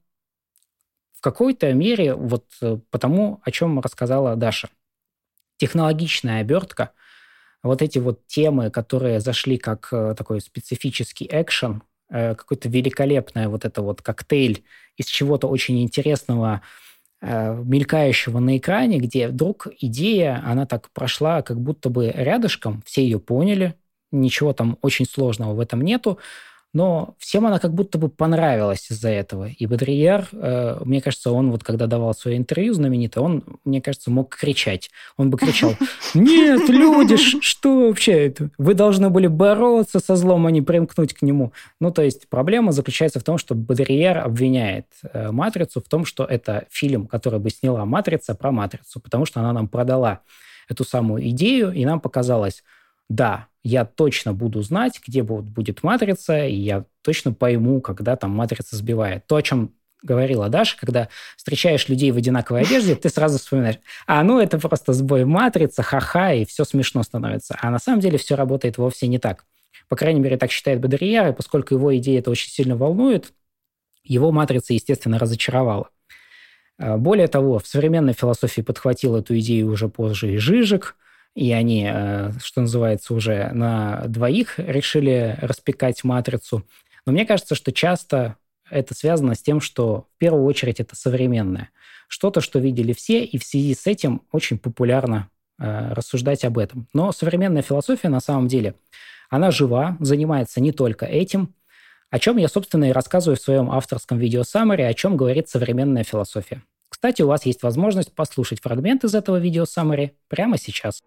в какой-то мере, вот потому, о чем рассказала Даша, технологичная обертка, вот эти вот темы, которые зашли как такой специфический экшен, какой-то великолепный вот это вот коктейль из чего-то очень интересного, мелькающего на экране, где вдруг идея, она так прошла как будто бы рядышком, все ее поняли, ничего там очень сложного в этом нету, но всем она как будто бы понравилась из-за этого. И Бодрияр, э, мне кажется, он вот когда давал свое интервью знаменитое, он, мне кажется, мог кричать. Он бы кричал: «Нет, люди, что вообще это? Вы должны были бороться со злом, а не примкнуть к нему». Ну, то есть проблема заключается в том, что Бодрияр обвиняет э, «Матрицу» в том, что это фильм, который бы сняла «Матрица» про «Матрицу», потому что она нам продала эту самую идею, и нам показалось: да, я точно буду знать, где будет «Матрица», и я точно пойму, когда там «Матрица» сбивает. То, о чем говорила Даша, когда встречаешь людей в одинаковой одежде, ты сразу вспоминаешь: а, ну это просто сбой «Матрица», ха-ха, и все смешно становится. А на самом деле все работает вовсе не так. По крайней мере, так считает Бодрияр, и поскольку его идея это очень сильно волнует, его «Матрица», естественно, разочаровала. Более того, в современной философии подхватил эту идею уже позже и Жижик, и они, что называется, уже на двоих решили распекать «Матрицу». Но мне кажется, что часто это связано с тем, что в первую очередь это современное. Что-то, что видели все, и в связи с этим очень популярно э, рассуждать об этом. Но современная философия на самом деле, она жива, занимается не только этим, о чем я, собственно, и рассказываю в своем авторском видео-саммари, о чем говорит современная философия. Кстати, у вас есть возможность послушать фрагмент из этого видео-саммари прямо сейчас.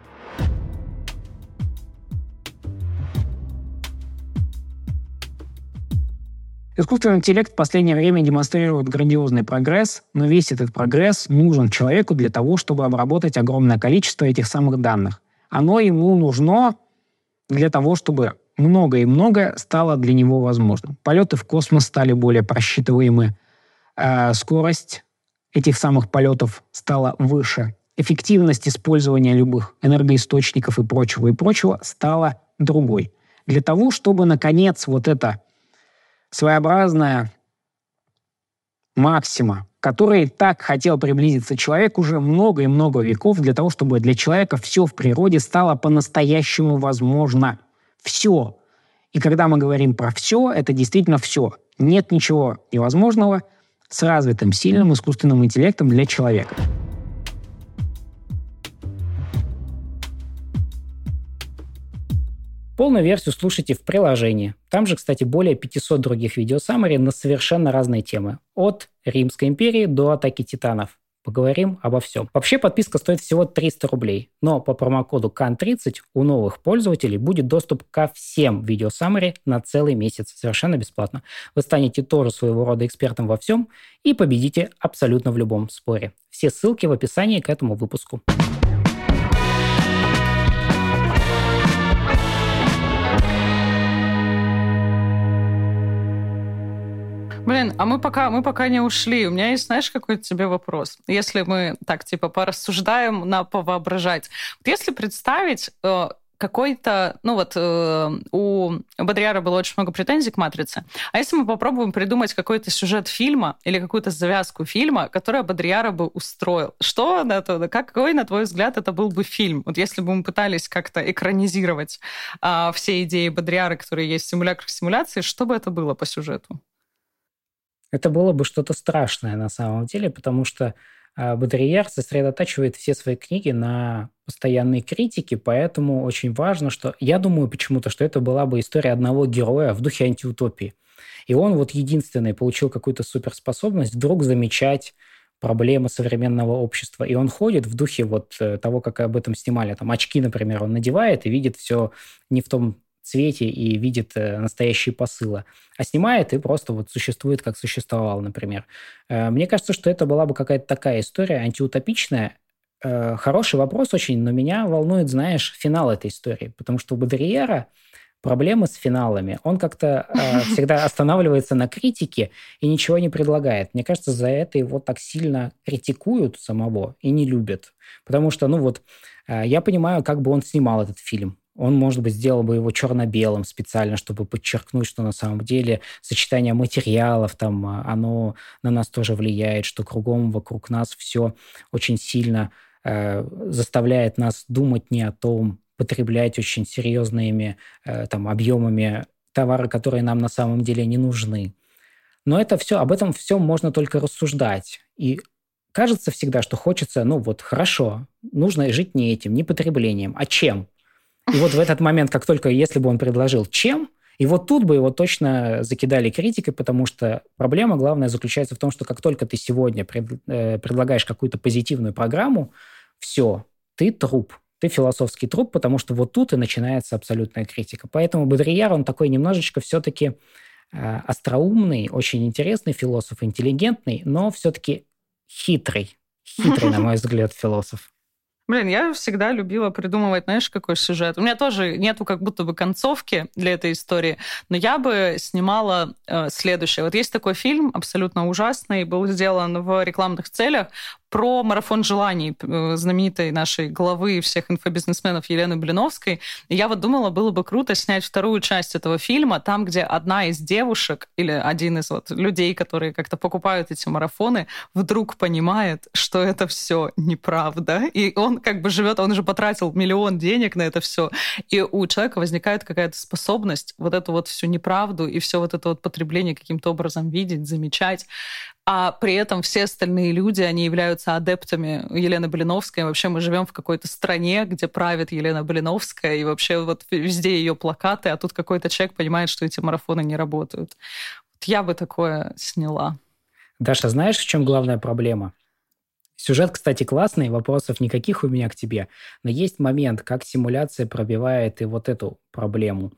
Искусственный интеллект в последнее время демонстрирует грандиозный прогресс, но весь этот прогресс нужен человеку для того, чтобы обработать огромное количество этих самых данных. Оно ему нужно для того, чтобы многое и многое стало для него возможным. Полеты в космос стали более просчитываемы, э, скорость этих самых полетов стала выше, эффективность использования любых энергоисточников и прочего, и прочего стала другой. Для того, чтобы, наконец, вот это своеобразная максима, к которой так хотел приблизиться человек уже много и много веков, для того, чтобы для человека все в природе стало по-настоящему возможно. Все. И когда мы говорим про все, это действительно все. Нет ничего невозможного с развитым, сильным искусственным интеллектом для человека. Полную версию слушайте в приложении. Там же, кстати, более пятьсот других видеосаммари на совершенно разные темы. От Римской империи до атаки титанов. Поговорим обо всем. Вообще подписка стоит всего триста рублей. Но по промокоду кан тридцать у новых пользователей будет доступ ко всем видеосаммари на целый месяц. Совершенно бесплатно. Вы станете тоже своего рода экспертом во всем и победите абсолютно в любом споре. Все ссылки в описании к этому выпуску. Блин, а мы пока, мы пока не ушли. У меня есть, знаешь, какой-то тебе вопрос. Если мы так, типа, порассуждаем, на повоображать. Вот если представить э, какой-то... Ну вот э, у Бодрияра было очень много претензий к «Матрице». А если мы попробуем придумать какой-то сюжет фильма или какую-то завязку фильма, которая Бодрияра бы устроил? Что на то? Какой, на твой взгляд, это был бы фильм? Вот если бы мы пытались как-то экранизировать э, все идеи Бодрияра, которые есть в симулякрах симуляции, что бы это было по сюжету? Это было бы что-то страшное на самом деле, потому что э, Бодрияр сосредотачивает все свои книги на постоянной критике, поэтому очень важно, что... Я думаю почему-то, что это была бы история одного героя в духе антиутопии. И он вот единственный получил какую-то суперспособность вдруг замечать проблемы современного общества. И он ходит в духе вот того, как об этом снимали. Там очки, например, он надевает и видит все не в том цвете и видит э, настоящие посылы, а снимает и просто вот существует, как существовал, например. Э, мне кажется, что это была бы какая-то такая история антиутопичная. Э, хороший вопрос очень, но меня волнует, знаешь, финал этой истории, потому что у Бодрияра проблемы с финалами. Он как-то э, всегда останавливается на критике и ничего не предлагает. Мне кажется, за это его так сильно критикуют самого и не любят. Потому что, ну вот, э, я понимаю, как бы он снимал этот фильм. Он, может быть, сделал бы его черно-белым специально, чтобы подчеркнуть, что на самом деле сочетание материалов, там, оно на нас тоже влияет, что кругом вокруг нас все очень сильно э, заставляет нас думать не о том, потреблять очень серьезными э, там, объемами товары, которые нам на самом деле не нужны. Но это все, об этом всем можно только рассуждать. И кажется всегда, что хочется, ну вот, хорошо, нужно жить не этим, не потреблением, а чем? И вот в этот момент, как только, если бы он предложил чем, и вот тут бы его точно закидали критикой, потому что проблема главная заключается в том, что как только ты сегодня пред, э, предлагаешь какую-то позитивную программу, все, ты труп. Ты философский труп, потому что вот тут и начинается абсолютная критика. Поэтому Бодрияр, он такой немножечко все-таки э, остроумный, очень интересный философ, интеллигентный, но все-таки хитрый. Хитрый, на мой взгляд, философ. Блин, я всегда любила придумывать, знаешь, какой сюжет. У меня тоже нету как будто бы концовки для этой истории, но я бы снимала э, следующее. Вот есть такой фильм, абсолютно ужасный, был сделан в рекламных целях, про марафон желаний знаменитой нашей главы всех инфобизнесменов Елены Блиновской. И я вот думала, было бы круто снять вторую часть этого фильма, там, где одна из девушек или один из вот людей, которые как-то покупают эти марафоны, вдруг понимает, что это все неправда. И он как бы живет, он уже потратил миллион денег на это все. И у человека возникает какая-то способность вот эту вот всю неправду и все вот это вот потребление каким-то образом видеть, замечать. А при этом все остальные люди, они являются адептами Елены Блиновской. Вообще мы живем в какой-то стране, где правит Елена Блиновская, и вообще вот везде ее плакаты, а тут какой-то человек понимает, что эти марафоны не работают. Вот я бы такое сняла. Даша, знаешь, в чем главная проблема? Сюжет, кстати, классный, вопросов никаких у меня к тебе, но есть момент, как симуляция пробивает и вот эту проблему.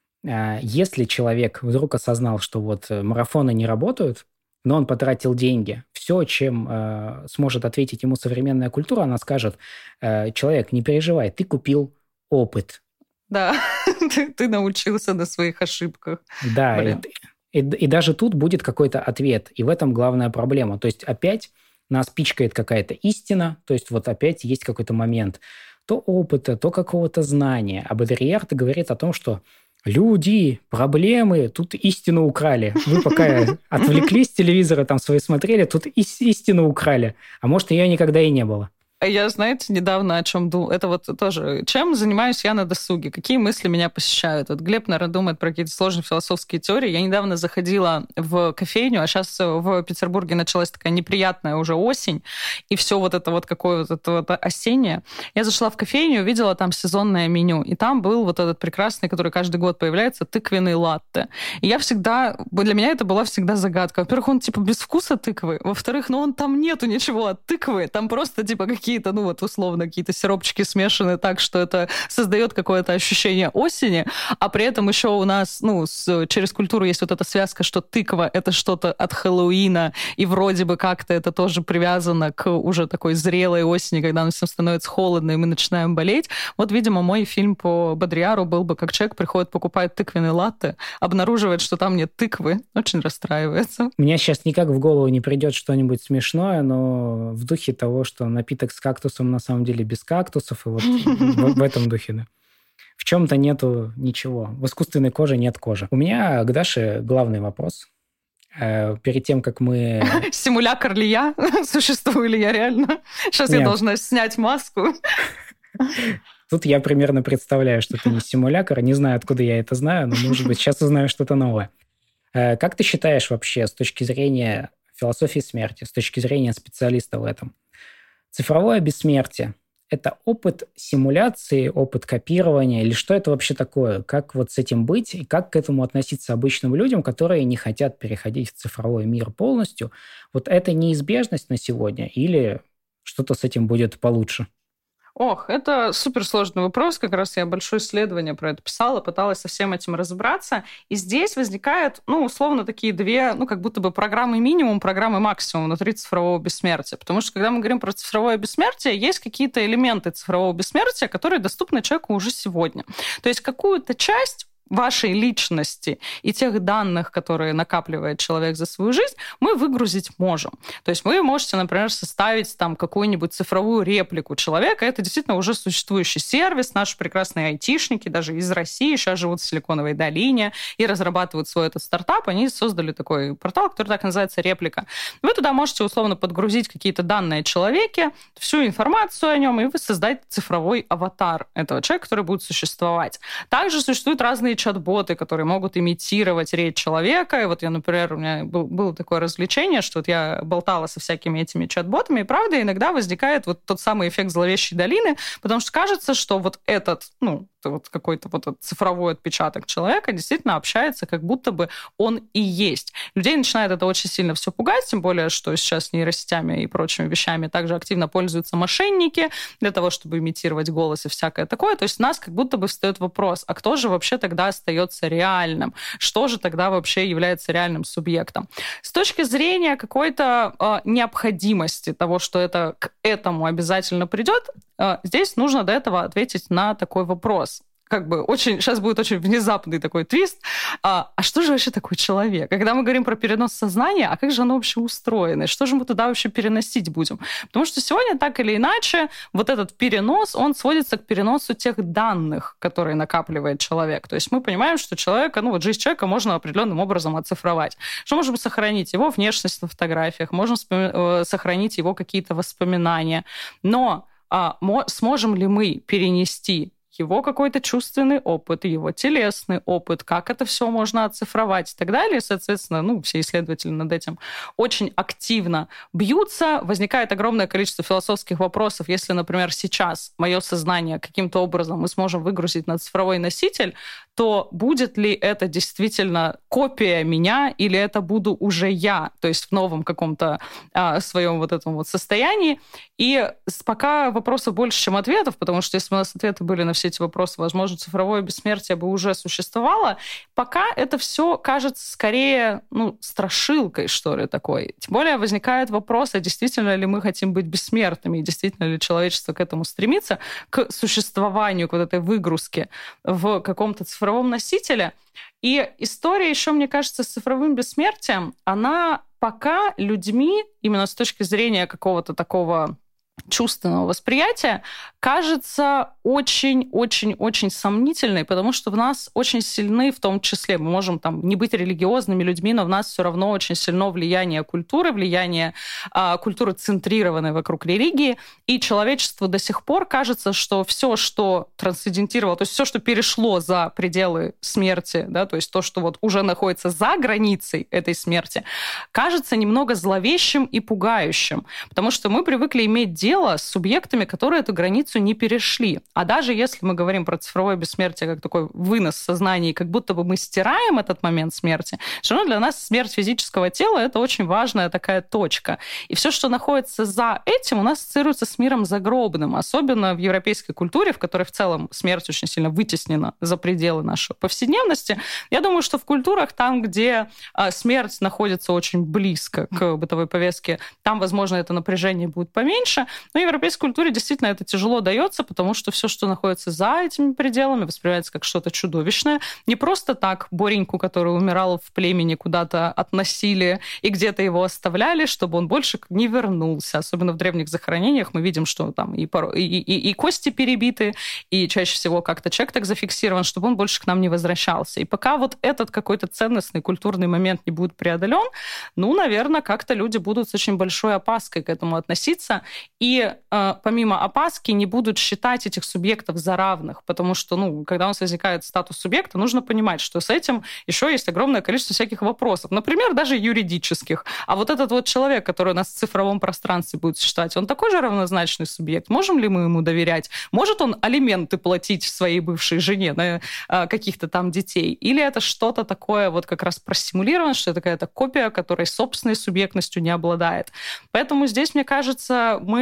Если человек вдруг осознал, что вот марафоны не работают, но он потратил деньги. Все, чем э, сможет ответить ему современная культура, она скажет, э, человек, не переживай, ты купил опыт. Да, ты, ты научился на своих ошибках. Да, и, и, и даже тут будет какой-то ответ, и в этом главная проблема. То есть опять нас пичкает какая-то истина, то есть вот опять есть какой-то момент то опыта, то какого-то знания. А Бодрияр говорит о том, что люди, проблемы, тут истину украли. Вы пока отвлеклись с телевизора, там свои смотрели, тут истину украли. А может, ее никогда и не было. Я, знаете, недавно о чем думала. Это вот тоже, чем занимаюсь я на досуге, какие мысли меня посещают. Вот Глеб, наверное, думает про какие-то сложные философские теории. Я недавно заходила в кофейню, а сейчас в Петербурге началась такая неприятная уже осень, и все вот это вот какое вот это вот осеннее. Я зашла в кофейню, увидела там сезонное меню, и там был вот этот прекрасный, который каждый год появляется, тыквенный латте. И я всегда, для меня это была всегда загадка. Во-первых, он типа без вкуса тыквы, во-вторых, ну он там нету ничего от тыквы, там просто типа какие какие-то, ну вот условно, какие-то сиропчики смешаны так, что это создает какое-то ощущение осени, а при этом еще у нас, ну, с, через культуру есть вот эта связка, что тыква — это что-то от Хэллоуина, и вроде бы как-то это тоже привязано к уже такой зрелой осени, когда нам всем становится холодно, и мы начинаем болеть. Вот, видимо, мой фильм по Бодрияру был бы, как человек приходит, покупает тыквенный латте, обнаруживает, что там нет тыквы, очень расстраивается. Мне сейчас никак в голову не придет что-нибудь смешное, но в духе того, что напиток с кактусом на самом деле без кактусов, и вот в, в этом духе, да. В чем-то нету ничего. В искусственной коже нет кожи. У меня к Даше главный вопрос. Э, перед тем, как мы... Симулятор ли я? Существую ли я реально? Сейчас нет. Я должна снять маску. Тут я примерно представляю, что ты не симулятор. Не знаю, откуда я это знаю, но, может быть, сейчас узнаю что-то новое. Э, как ты считаешь вообще с точки зрения философии смерти, с точки зрения специалиста в этом, цифровое бессмертие – это опыт симуляции, опыт копирования, или что это вообще такое? Как вот с этим быть, и как к этому относиться обычным людям, которые не хотят переходить в цифровой мир полностью? Вот это неизбежность на сегодня или что-то с этим будет получше? Ох, это суперсложный вопрос. Как раз я большое исследование про это писала, пыталась со всем этим разобраться. И здесь возникают, ну, условно, такие две, ну, как будто бы программы минимум, программы максимум внутри цифрового бессмертия. Потому что, когда мы говорим про цифровое бессмертие, есть какие-то элементы цифрового бессмертия, которые доступны человеку уже сегодня. То есть какую-то часть вашей личности и тех данных, которые накапливает человек за свою жизнь, мы выгрузить можем. То есть вы можете, например, составить там какую-нибудь цифровую реплику человека. Это действительно уже существующий сервис. Наши прекрасные айтишники, даже из России, сейчас живут в Силиконовой долине и разрабатывают свой этот стартап. Они создали такой портал, который так называется «Реплика». Вы туда можете условно подгрузить какие-то данные о человеке, всю информацию о нем, и вы создать цифровой аватар этого человека, который будет существовать. Также существуют разные чат-боты, которые могут имитировать речь человека. И вот я, например, у меня был, было такое развлечение, что вот я болтала со всякими этими чат-ботами, и правда иногда возникает вот тот самый эффект зловещей долины, потому что кажется, что вот этот, ну, вот какой-то вот этот цифровой отпечаток человека действительно общается, как будто бы он и есть. Людей начинает это очень сильно все пугать, тем более, что сейчас нейросетями и прочими вещами также активно пользуются мошенники для того, чтобы имитировать голос и всякое такое. То есть у нас как будто бы встает вопрос, а кто же вообще тогда остается реальным? Что же тогда вообще является реальным субъектом? С точки зрения какой-то э, необходимости того, что это к этому обязательно придет, э, здесь нужно до этого ответить на такой вопрос. Как бы очень, сейчас будет очень внезапный такой твист. А, а что же вообще такой человек? Когда мы говорим про перенос сознания, а как же оно вообще устроено? И что же мы туда вообще переносить будем? Потому что сегодня так или иначе вот этот перенос, он сводится к переносу тех данных, которые накапливает человек. То есть мы понимаем, что человека, ну вот жизнь человека можно определенным образом оцифровать. Что можем сохранить? Его внешность на фотографиях, можем сохранить его какие-то воспоминания. Но а, сможем ли мы перенести его какой-то чувственный опыт, его телесный опыт, как это все можно оцифровать и так далее. Соответственно, ну, все исследователи над этим очень активно бьются. Возникает огромное количество философских вопросов. Если, например, сейчас мое сознание каким-то образом мы сможем выгрузить на цифровой носитель, то будет ли это действительно копия меня или это буду уже я, то есть в новом каком-то а, своем вот этом вот состоянии. И пока вопросов больше, чем ответов, потому что если бы у нас ответы были на все эти вопросы, возможно, цифровое бессмертие бы уже существовало. Пока это все кажется скорее, ну, страшилкой, что ли, такой. Тем более возникает вопрос, а действительно ли мы хотим быть бессмертными, и действительно ли человечество к этому стремится, к существованию, к вот этой выгрузке в каком-то цифровом носителе. И история еще, мне кажется, с цифровым бессмертием, она пока людьми, именно с точки зрения какого-то такого чувственного восприятия, кажется очень-очень-очень сомнительной, потому что в нас очень сильны, в том числе, мы можем там не быть религиозными людьми, но в нас все равно очень сильно влияние культуры, влияние а, культуры, центрированной вокруг религии, и человечеству до сих пор кажется, что все, что трансцендентировало, то есть все, что перешло за пределы смерти, да, то есть то, что вот уже находится за границей этой смерти, кажется немного зловещим и пугающим, потому что мы привыкли иметь дело с субъектами, которые эту границу не перешли. А даже если мы говорим про цифровое бессмертие как такой вынос сознания, как будто бы мы стираем этот момент смерти, все равно для нас смерть физического тела — это очень важная такая точка. И все, что находится за этим, у нас ассоциируется с миром загробным, особенно в европейской культуре, в которой в целом смерть очень сильно вытеснена за пределы нашей повседневности. Я думаю, что в культурах, там, где смерть находится очень близко к бытовой повестке, там, возможно, это напряжение будет поменьше. Но в европейской культуре действительно это тяжело дается, потому что все, что находится за этими пределами, воспринимается как что-то чудовищное. Не просто так Бореньку, который умирал в племени, куда-то относили и где-то его оставляли, чтобы он больше не вернулся. Особенно в древних захоронениях мы видим, что там и, и, и, и кости перебиты, и чаще всего как-то человек так зафиксирован, чтобы он больше к нам не возвращался. И пока вот этот какой-то ценностный культурный момент не будет преодолен, ну, наверное, как-то люди будут с очень большой опаской к этому относиться. И э, помимо опаски не будут считать этих субъектов за равных, потому что, ну, когда у нас возникает статус субъекта, нужно понимать, что с этим еще есть огромное количество всяких вопросов, например, даже юридических. А вот этот вот человек, который у нас в цифровом пространстве будет существовать, он такой же равнозначный субъект? Можем ли мы ему доверять? Может он алименты платить своей бывшей жене на э, каких-то там детей? Или это что-то такое вот как раз просимулировано, что это какая-то копия, которой собственной субъектностью не обладает? Поэтому здесь, мне кажется, мы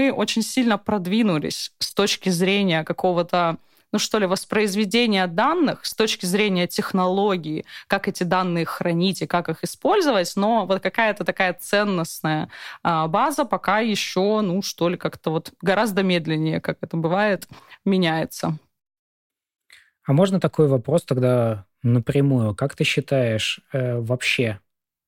мы очень сильно продвинулись с точки зрения какого-то, ну что ли, воспроизведения данных с точки зрения технологии, как эти данные хранить и как их использовать, но вот какая-то такая ценностная база пока еще, ну что ли, как-то вот гораздо медленнее, как это бывает, меняется. А можно такой вопрос тогда напрямую? Как ты считаешь, э, вообще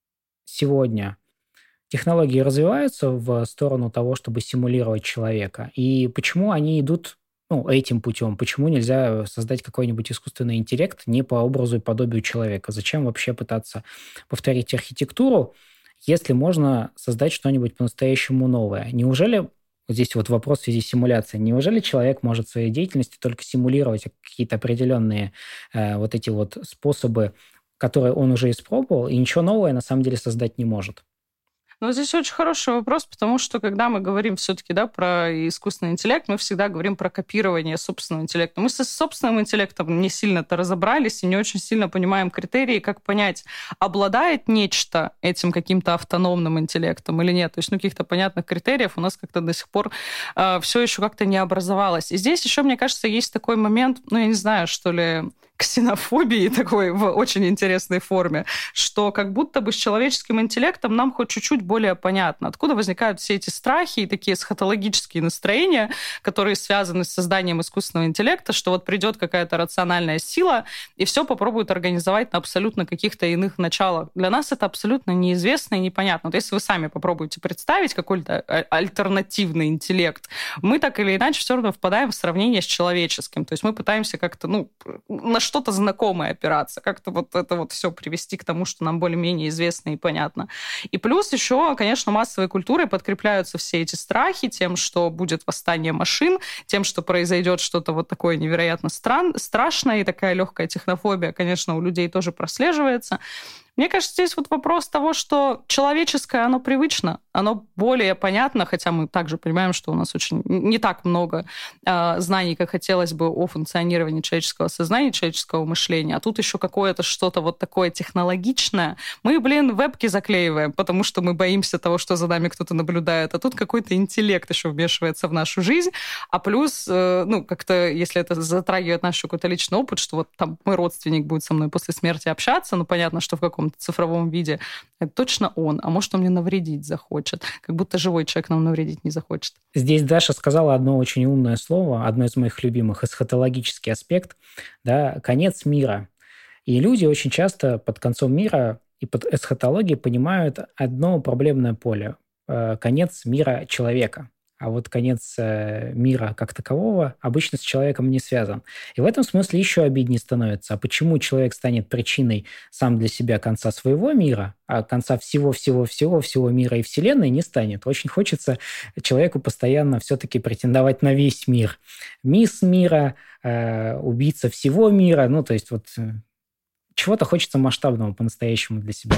сегодня технологии развиваются в сторону того, чтобы симулировать человека? И почему они идут ну, этим путем? Почему нельзя создать какой-нибудь искусственный интеллект не по образу и подобию человека? Зачем вообще пытаться повторить архитектуру, если можно создать что-нибудь по-настоящему новое? Неужели, здесь вот вопрос в связи с симуляцией, неужели человек может в своей деятельности только симулировать какие-то определенные э, вот эти вот способы, которые он уже испробовал, и ничего нового на самом деле создать не может? Ну, здесь очень хороший вопрос, потому что, когда мы говорим все-таки да, про искусственный интеллект, мы всегда говорим про копирование собственного интеллекта. Мы со собственным интеллектом не сильно-то разобрались и не очень сильно понимаем критерии, как понять, обладает нечто этим каким-то автономным интеллектом или нет. То есть, ну, каких-то понятных критериев у нас как-то до сих пор э, все еще как-то не образовалось. И здесь еще, мне кажется, есть такой момент, ну, я не знаю, что ли, ксенофобии такой в очень интересной форме, что как будто бы с человеческим интеллектом нам хоть чуть-чуть более понятно, откуда возникают все эти страхи и такие эсхатологические настроения, которые связаны с созданием искусственного интеллекта, что вот придет какая-то рациональная сила и все попробует организовать на абсолютно каких-то иных началах. Для нас это абсолютно неизвестно и непонятно. Вот если вы сами попробуете представить какой-то альтернативный интеллект, мы так или иначе все равно впадаем в сравнение с человеческим. То есть мы пытаемся как-то, ну, на что-то знакомое опираться, как-то вот это вот все привести к тому, что нам более-менее известно и понятно. И плюс еще, конечно, массовой культурой подкрепляются все эти страхи тем, что будет восстание машин, тем, что произойдет что-то вот такое невероятно стран... страшное, и такая легкая технофобия, конечно, у людей тоже прослеживается. Мне кажется, здесь вот вопрос того, что человеческое, оно привычно, оно более понятно, хотя мы также понимаем, что у нас очень не так много э, знаний, как хотелось бы о функционировании человеческого сознания, человеческого мышления, а тут еще какое-то что-то вот такое технологичное. Мы, блин, вебки заклеиваем, потому что мы боимся того, что за нами кто-то наблюдает, а тут какой-то интеллект еще вмешивается в нашу жизнь, а плюс, э, ну, как-то, если это затрагивает наш какой-то личный опыт, что вот там мой родственник будет со мной после смерти общаться, ну, понятно, что в каком цифровом виде, это точно он, а может, он мне навредить захочет, как будто живой человек нам навредить не захочет. Здесь Даша сказала одно очень умное слово, одно из моих любимых, эсхатологический аспект, да, конец мира. И люди очень часто под концом мира и под эсхатологией понимают одно проблемное поле – конец мира человека. А вот конец мира как такового обычно с человеком не связан. И в этом смысле еще обиднее становится. А почему человек станет причиной сам для себя конца своего мира, а конца всего-всего-всего-всего мира и Вселенной не станет? Очень хочется человеку постоянно все-таки претендовать на весь мир. Мисс мира, э, убийца всего мира. Ну, то есть вот э, чего-то хочется масштабного по-настоящему для себя.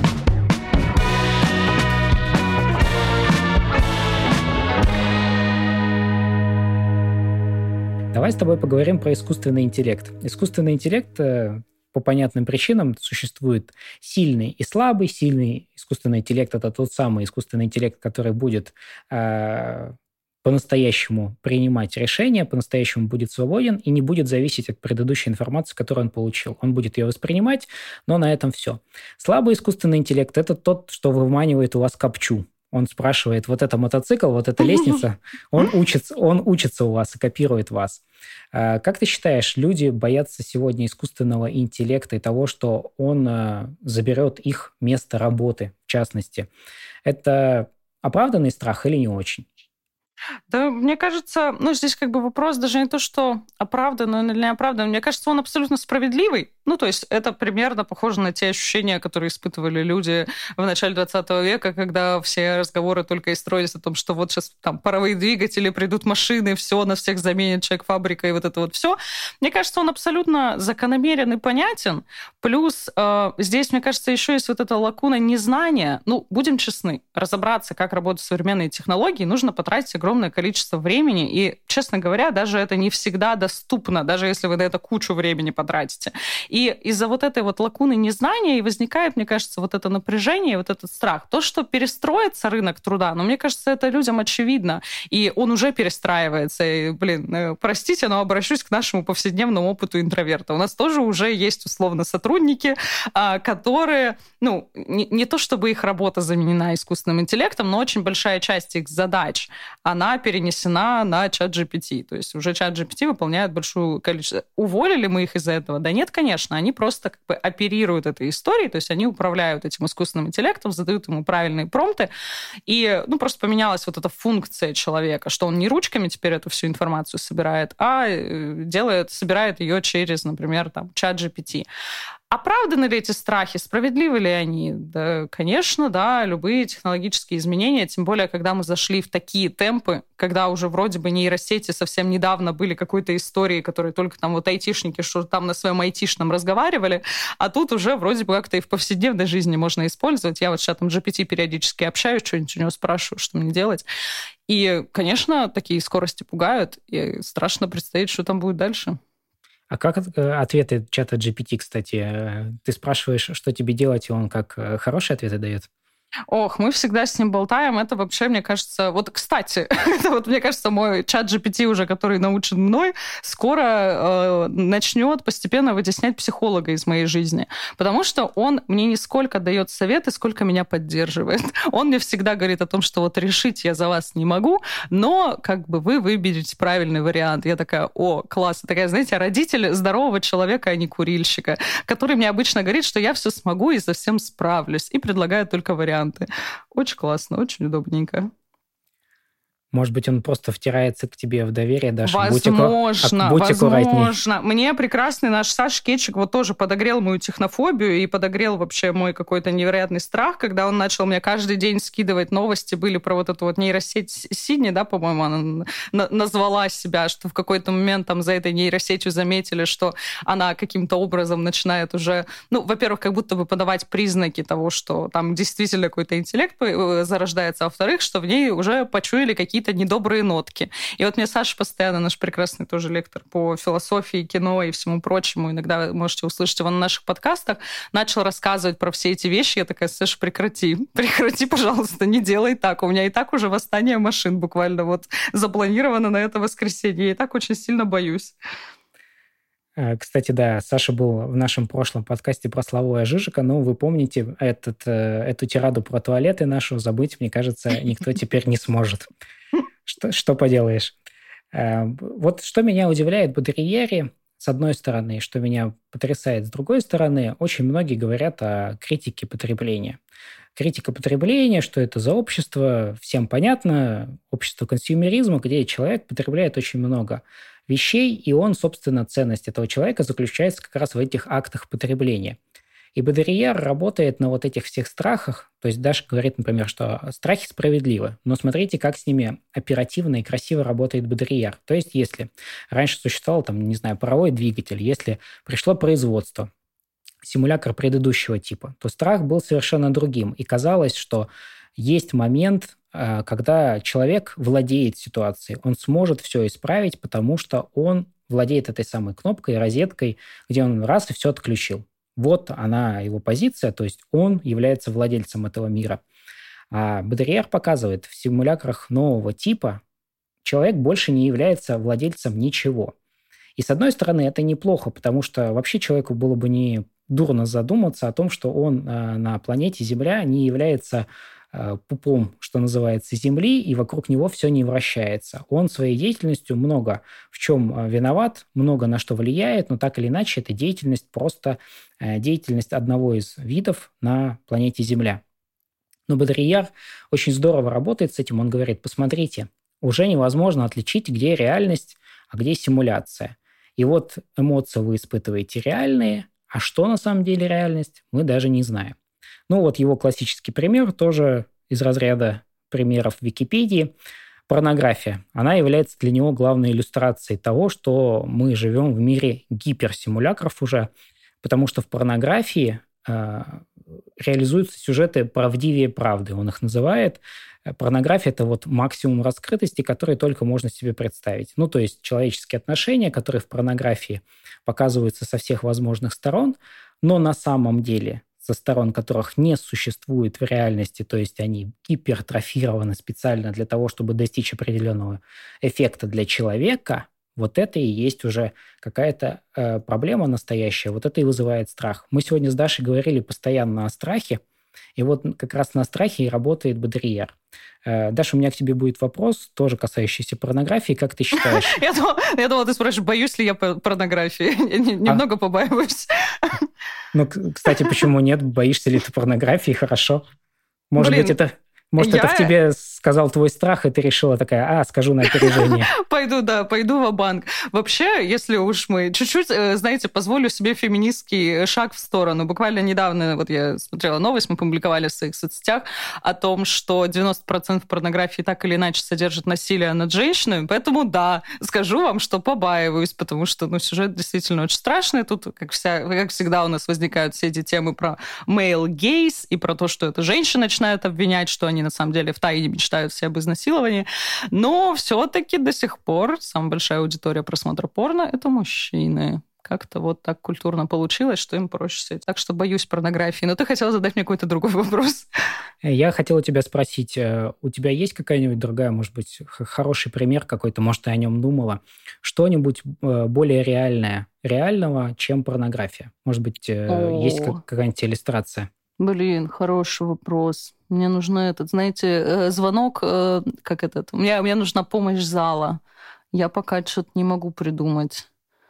Давай с тобой поговорим про искусственный интеллект. Искусственный интеллект по понятным причинам существует сильный и слабый. Сильный искусственный интеллект – это тот самый искусственный интеллект, который будет э, по-настоящему принимать решения, по-настоящему будет свободен и не будет зависеть от предыдущей информации, которую он получил. Он будет ее воспринимать, но на этом все. Слабый искусственный интеллект – это тот, что выманивает у вас капчу. Он спрашивает, вот это мотоцикл, вот эта лестница, он учится, он учится у вас и копирует вас. Как ты считаешь, люди боятся сегодня искусственного интеллекта и того, что он заберет их место работы, в частности? Это оправданный страх или не очень? Да, мне кажется, ну, здесь как бы вопрос даже не то, что оправданный или не оправданный. Мне кажется, он абсолютно справедливый. Ну, то есть это примерно похоже на те ощущения, которые испытывали люди в начале двадцатого века, когда все разговоры только и строились о том, что вот сейчас там паровые двигатели, придут машины, все, нас всех заменит человек-фабрика и вот это вот все. Мне кажется, он абсолютно закономерен и понятен. Плюс э, здесь, мне кажется, еще есть вот эта лакуна незнания. Ну, будем честны, разобраться, как работают современные технологии, нужно потратить огромное количество времени, и, честно говоря, даже это не всегда доступно, даже если вы на это кучу времени потратите. И из-за вот этой вот лакуны незнания и возникает, мне кажется, вот это напряжение, вот этот страх. То, что перестроится рынок труда, но мне кажется, это людям очевидно. И он уже перестраивается. И, блин, простите, но обращусь к нашему повседневному опыту интроверта. У нас тоже уже есть, условно, сотрудники, которые, ну, не, не то чтобы их работа заменена искусственным интеллектом, но очень большая часть их задач, она перенесена на чат джи пи ти. То есть уже чат джи пи ти выполняет большую количество. Уволили мы их из-за этого? Да нет, конечно. Они просто как бы оперируют этой историей, то есть они управляют этим искусственным интеллектом, задают ему правильные промпты, и, ну, просто поменялась вот эта функция человека, что он не ручками теперь эту всю информацию собирает, а делает, собирает ее через, например, там, чат джи пи ти. Оправданы ли эти страхи, справедливы ли они? Да, конечно, да, любые технологические изменения, тем более, когда мы зашли в такие темпы, когда уже вроде бы нейросети совсем недавно были какой-то историей, которые только там вот айтишники, что там на своем айтишном разговаривали, а тут уже вроде бы как-то и в повседневной жизни можно использовать. Я вот с чатом джи пи ти периодически общаюсь, что-нибудь у него спрашиваю, что мне делать. И, конечно, такие скорости пугают, и страшно представить, что там будет дальше. А как ответы чата джи пи ти, кстати? Ты спрашиваешь, что тебе делать, и он как хорошие ответы дает? Ох, мы всегда с ним болтаем. Это вообще, мне кажется... Вот, кстати, это вот, мне кажется, мой чат джи пи ти уже, который научен мной, скоро э, начнет постепенно вытеснять психолога из моей жизни. Потому что он мне не сколько дает советы, сколько меня поддерживает. Он мне всегда говорит о том, что вот решить я за вас не могу, но как бы вы выберете правильный вариант. Я такая, о, класс. Такая, знаете, родитель здорового человека, а не курильщика, который мне обычно говорит, что я все смогу и со всем справлюсь, и предлагает только варианты. Очень классно, очень удобненько. Может быть, он просто втирается к тебе в доверие, Даша? Возможно, будь акку... будь возможно. Мне прекрасный наш Саша Кетчик вот тоже подогрел мою технофобию и подогрел вообще мой какой-то невероятный страх, когда он начал мне каждый день скидывать новости, были про вот эту вот нейросеть Сидни, да, по-моему, она назвала себя, что в какой-то момент там за этой нейросетью заметили, что она каким-то образом начинает уже, ну, во-первых, как будто бы подавать признаки того, что там действительно какой-то интеллект зарождается, а во-вторых, что в ней уже почуяли какие-то недобрые нотки. И вот мне Саша постоянно, наш прекрасный тоже лектор по философии, кино и всему прочему, иногда вы можете услышать его на наших подкастах, начал рассказывать про все эти вещи. Я такая, Саша, прекрати, прекрати, пожалуйста, не делай так. У меня и так уже восстание машин буквально вот запланировано на это воскресенье. Я и так очень сильно боюсь. Кстати, да, Саша был в нашем прошлом подкасте про Славу Жижика, но вы помните этот, эту тираду про туалеты нашу забыть, мне кажется, никто теперь не сможет. Что, что поделаешь? Вот что меня удивляет в Бодрияре, с одной стороны, что меня потрясает с другой стороны, очень многие говорят о критике потребления. Критика потребления, что это за общество, всем понятно, общество консюмеризма, где человек потребляет очень много вещей, и он, собственно, ценность этого человека заключается как раз в этих актах потребления. И Бодрияр работает на вот этих всех страхах. То есть Даша говорит, например, что страхи справедливы, но смотрите, как с ними оперативно и красиво работает Бодрияр. То есть если раньше существовал, там, не знаю, паровой двигатель, если пришло производство, симулятор предыдущего типа, то страх был совершенно другим. И казалось, что есть момент, когда человек владеет ситуацией, он сможет все исправить, потому что он владеет этой самой кнопкой, розеткой, где он раз и все отключил. Вот она, его позиция, то есть он является владельцем этого мира. А Бодрияр показывает, в симуляторах нового типа человек больше не является владельцем ничего. И с одной стороны, это неплохо, потому что вообще человеку было бы не дурно задуматься о том, что он э, на планете Земля не является э, пупом, что называется, Земли, и вокруг него все не вращается. Он своей деятельностью много в чем виноват, много на что влияет, но так или иначе это деятельность просто э, деятельность одного из видов на планете Земля. Но Бодрияр очень здорово работает с этим. Он говорит, посмотрите, уже невозможно отличить, где реальность, а где симуляция. И вот эмоции вы испытываете реальные, а что на самом деле реальность, мы даже не знаем. Ну вот его классический пример тоже из разряда примеров Википедии. Порнография. Она является для него главной иллюстрацией того, что мы живем в мире гиперсимулякров уже, потому что в порнографии э, реализуются сюжеты правдивее правды, он их называет. Порнография – это вот максимум раскрытости, который только можно себе представить. Ну, то есть человеческие отношения, которые в порнографии показываются со всех возможных сторон, но на самом деле со сторон которых не существует в реальности, то есть они гипертрофированы специально для того, чтобы достичь определенного эффекта для человека, вот это и есть уже какая-то э, проблема настоящая, вот это и вызывает страх. Мы сегодня с Дашей говорили постоянно о страхе, и вот как раз на страхе и работает бэ дэ эр и эр. Э, Даша, у меня к тебе будет вопрос, тоже касающийся порнографии. Как ты считаешь? Я думала, я думала, ты спрашиваешь, боюсь ли я порнографии. Я немного побаиваюсь. Ну, кстати, почему нет? Боишься ли ты порнографии? Хорошо. Может Блин, быть, это... Может, я... это в тебе сказал твой страх, и ты решила такая, а, скажу на опережение. Пойду, да, пойду ва-банк. Вообще, если уж мы чуть-чуть, знаете, позволю себе феминистский шаг в сторону. Буквально недавно, вот я смотрела новость, мы публиковали в своих соцсетях о том, что девяносто процентов порнографии так или иначе содержит насилие над женщинами. Поэтому, да, скажу вам, что побаиваюсь, потому что, ну, сюжет действительно очень страшный. Тут, как, вся, как всегда, у нас возникают все эти темы про male gaze и про то, что это женщины начинают обвинять, что они на самом деле втайне мечтают все об изнасиловании. Но все-таки до сих пор самая большая аудитория просмотра порно – это мужчины. Как-то вот так культурно получилось, что им проще с этим. Так что боюсь порнографии. Но ты хотела задать мне какой-то другой вопрос. Я хотела тебя спросить, у тебя есть какая-нибудь другая, может быть, хороший пример какой-то, может, ты о нем думала, что-нибудь более реальное, реального, чем порнография? Может быть, О. есть какая-нибудь иллюстрация? Блин, хороший вопрос. Мне нужен этот, знаете, звонок, как этот, у меня, мне нужна помощь зала. Я пока что-то не могу придумать.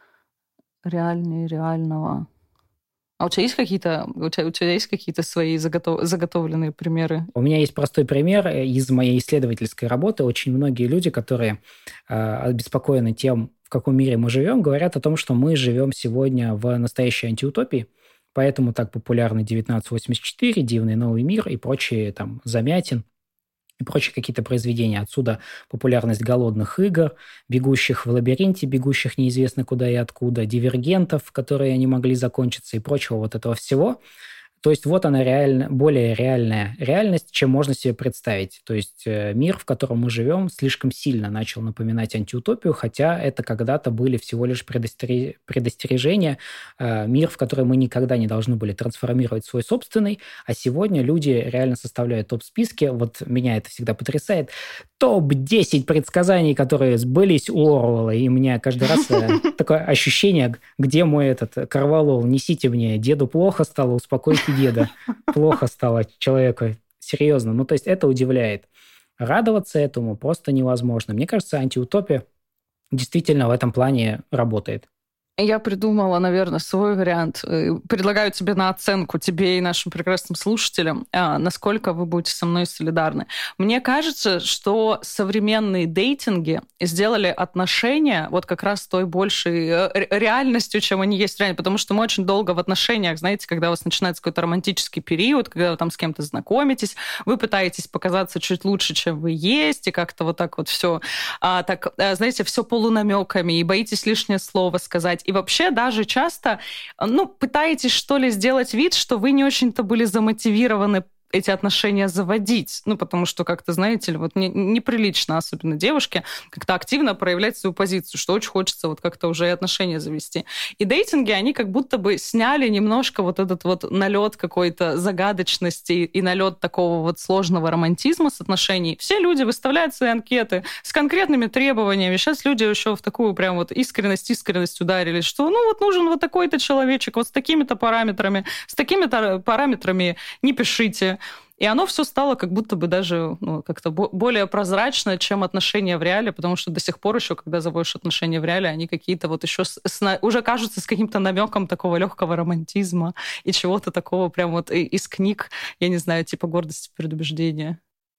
Реальный, реального. А у тебя есть какие-то, у тебя, у тебя есть какие-то свои заготов, заготовленные примеры? У меня есть простой пример из моей исследовательской работы. Очень многие люди, которые э, обеспокоены тем, в каком мире мы живем, говорят о том, что мы живем сегодня в настоящей антиутопии. Поэтому так популярны девятнадцать восемьдесят четыре, «Дивный новый мир» и прочие, там, «Замятин» и прочие какие-то произведения. Отсюда популярность «Голодных игр», «Бегущих в лабиринте», «Бегущих неизвестно куда и откуда», «Дивергентов», которые не могли закончиться и прочего вот этого всего. То есть вот она реально, более реальная реальность, чем можно себе представить. То есть э, мир, в котором мы живем, слишком сильно начал напоминать антиутопию, хотя это когда-то были всего лишь предостер... предостережения. Э, мир, в который мы никогда не должны были трансформировать свой собственный, а сегодня люди реально составляют топ-списки. Вот меня это всегда потрясает. топ десять предсказаний, которые сбылись у Оруэлла. И у меня каждый раз такое ощущение, где мой этот корвалол, несите мне, деду плохо стало, успокойте деда. Плохо стало человеку. Серьезно. Ну, то есть это удивляет. Радоваться этому просто невозможно. Мне кажется, антиутопия действительно в этом плане работает. Я придумала, наверное, свой вариант. Предлагаю тебе на оценку, тебе и нашим прекрасным слушателям, насколько вы будете со мной солидарны. Мне кажется, что современные дейтинги сделали отношения вот как раз той большей реальностью, чем они есть реально. Потому что мы очень долго в отношениях, знаете, когда у вас начинается какой-то романтический период, когда вы там с кем-то знакомитесь, вы пытаетесь показаться чуть лучше, чем вы есть, и как-то вот так вот все, а, так, знаете, все полунамеками, и боитесь лишнее слово сказать. И вообще даже часто, ну, пытаетесь, что ли, сделать вид, что вы не очень-то были замотивированы эти отношения заводить. Ну, потому что, как-то, знаете ли, вот не, неприлично, особенно девушке, как-то активно проявлять свою позицию, что очень хочется вот как-то уже и отношения завести. И дейтинги, они как будто бы сняли немножко вот этот вот налет какой-то загадочности и налет такого вот сложного романтизма с отношений. Все люди выставляют свои анкеты с конкретными требованиями. Сейчас люди еще в такую прям вот искренность, искренность ударились, что ну вот нужен вот такой-то человечек, вот с такими-то параметрами, с такими-то параметрами не пишите. И оно все стало как будто бы даже ну, как-то более прозрачно, чем отношения в реале, потому что до сих пор еще, когда заводишь отношения в реале, они какие-то вот еще с, с, уже кажутся с каким-то намеком такого легкого романтизма и чего-то такого прям вот из книг, я не знаю, типа «Гордость и предубеждение».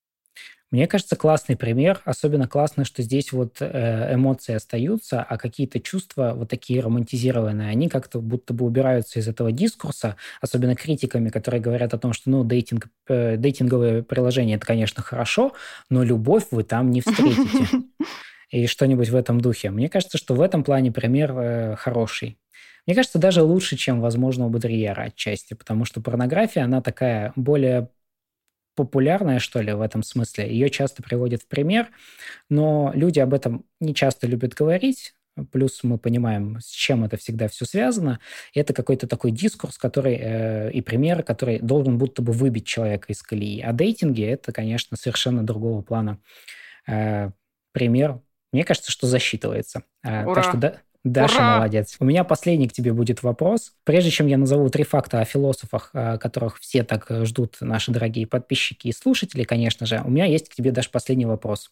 Мне кажется, классный пример. Особенно классно, что здесь вот эмоции остаются, а какие-то чувства вот такие романтизированные, они как-то будто бы убираются из этого дискурса, особенно критиками, которые говорят о том, что ну, дейтинг, э, дейтинговые приложения – это, конечно, хорошо, но любовь вы там не встретите. И что-нибудь в этом духе. Мне кажется, что в этом плане пример э, хороший. Мне кажется, даже лучше, чем, возможно, у Бодрияра отчасти, потому что порнография, она такая более популярная, что ли, в этом смысле. Ее часто приводят в пример, но люди об этом не часто любят говорить. Плюс мы понимаем, с чем это всегда все связано. И это какой-то такой дискурс, который э, и пример, который должен будто бы выбить человека из колеи. А дейтинги – это, конечно, совершенно другого плана э, пример. Мне кажется, что засчитывается. Э, так что да, Даша Ура! молодец. У меня последний к тебе будет вопрос. Прежде чем я назову три факта о философах, э, которых все так ждут наши дорогие подписчики и слушатели, конечно же, у меня есть к тебе, Даша, последний вопрос.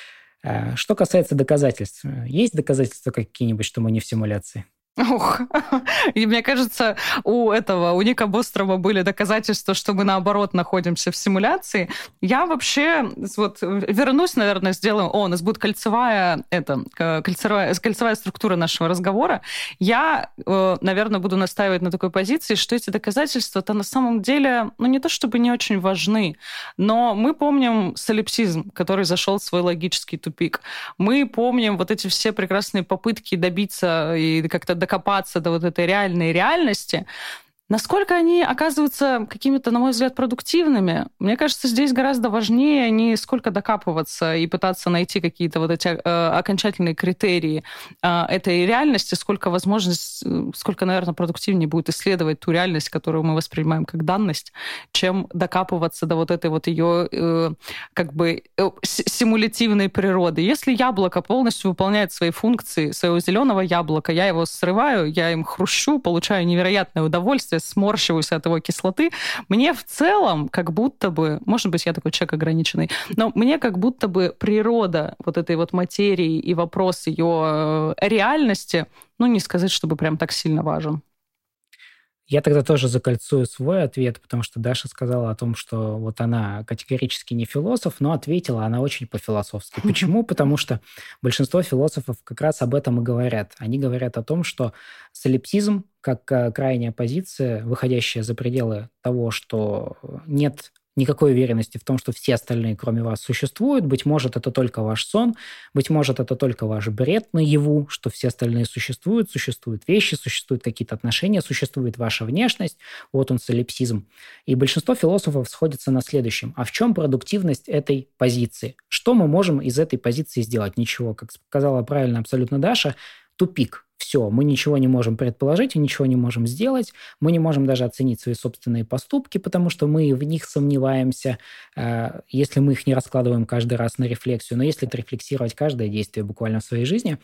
Что касается доказательств, есть доказательства какие-нибудь, что мы не в симуляции? Ух, и мне кажется, у этого, у Ника Бострома были доказательства, что мы, наоборот, находимся в симуляции. Я вообще вот вернусь, наверное, сделаем... О, у нас будет кольцевая, это, кольцевая, кольцевая структура нашего разговора. Я, наверное, буду настаивать на такой позиции, что эти доказательства-то на самом деле, ну, не то чтобы не очень важны, но мы помним солипсизм, который зашел в свой логический тупик. Мы помним вот эти все прекрасные попытки добиться и как-то докопаться до вот этой реальной реальности. Насколько они оказываются какими-то, на мой взгляд, продуктивными, мне кажется, здесь гораздо важнее не сколько докапываться и пытаться найти какие-то вот эти э, окончательные критерии э, этой реальности, сколько возможность, сколько, наверное, продуктивнее будет исследовать ту реальность, которую мы воспринимаем как данность, чем докапываться до вот этой вот ее э, как бы э, симулятивной природы. Если яблоко полностью выполняет свои функции своего зеленого яблока, я его срываю, я им хрущу, получаю невероятное удовольствие, сморщиваюсь от его кислоты, мне в целом как будто бы, может быть, я такой человек ограниченный, но мне как будто бы природа вот этой вот материи и вопрос ее реальности, ну, не сказать, чтобы прям так сильно важен. Я тогда тоже закольцую свой ответ, потому что Даша сказала о том, что вот она категорически не философ, но ответила она очень по-философски. Почему? Потому что большинство философов как раз об этом и говорят. Они говорят о том, что солипсизм, как крайняя позиция, выходящая за пределы того, что нет никакой уверенности в том, что все остальные, кроме вас, существуют. Быть может, это только ваш сон, быть может, это только ваш бред наяву, что все остальные существуют, существуют вещи, существуют какие-то отношения, существует ваша внешность. Вот он, солипсизм. И большинство философов сходятся на следующем. А в чем продуктивность этой позиции? Что мы можем из этой позиции сделать? Ничего. Как сказала правильно абсолютно Даша, тупик. Все, мы ничего не можем предположить и ничего не можем сделать. Мы не можем даже оценить свои собственные поступки, потому что мы в них сомневаемся, если мы их не раскладываем каждый раз на рефлексию. Но если отрефлексировать каждое действие буквально в своей жизни,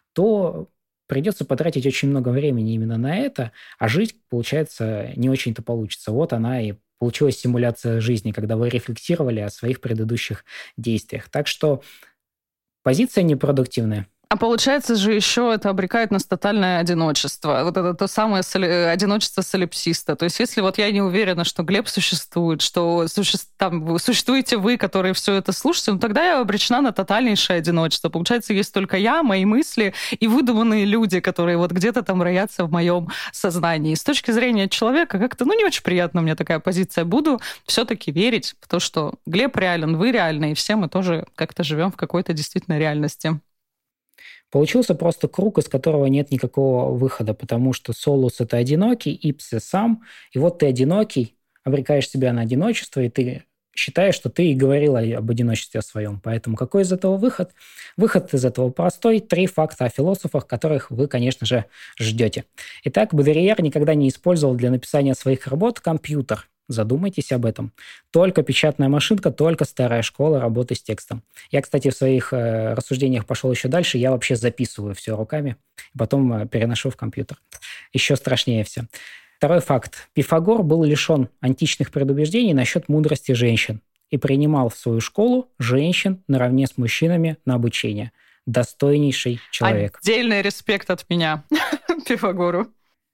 то придется потратить очень много времени именно на это, а жить, получается, не очень-то получится. Вот она и получилась симуляция жизни, когда вы рефлексировали о своих предыдущих действиях. Так что позиция непродуктивная. А получается же еще это обрекает нас тотальное одиночество. Вот это то самое соли... одиночество солипсиста. То есть если вот я не уверена, что Глеб существует, что суще... там, существуете вы, которые все это слушаете, ну тогда я обречена на тотальнейшее одиночество. Получается, есть только я, мои мысли и выдуманные люди, которые вот где-то там роятся в моем сознании. И с точки зрения человека как-то, ну, не очень приятна мне такая позиция. Буду все-таки верить в то, что Глеб реален, вы реальны, и все мы тоже как-то живем в какой-то действительно реальности. Получился просто круг, из которого нет никакого выхода, потому что солус – это одинокий, ипсе – сам, и вот ты одинокий, обрекаешь себя на одиночество, и ты считаешь, что ты и говорил об одиночестве своем. Поэтому какой из этого выход? Выход из этого простой. Три факта о философах, которых вы, конечно же, ждете. Итак, Бодрияр никогда не использовал для написания своих работ компьютер. Задумайтесь об этом. Только печатная машинка, только старая школа работы с текстом. Я, кстати, в своих э, рассуждениях пошел еще дальше. Я вообще записываю все руками, потом э, переношу в компьютер. Еще страшнее все. Второй факт. Пифагор был лишен античных предубеждений насчет мудрости женщин и принимал в свою школу женщин наравне с мужчинами на обучение. Достойнейший человек. Отдельный респект от меня Пифагору.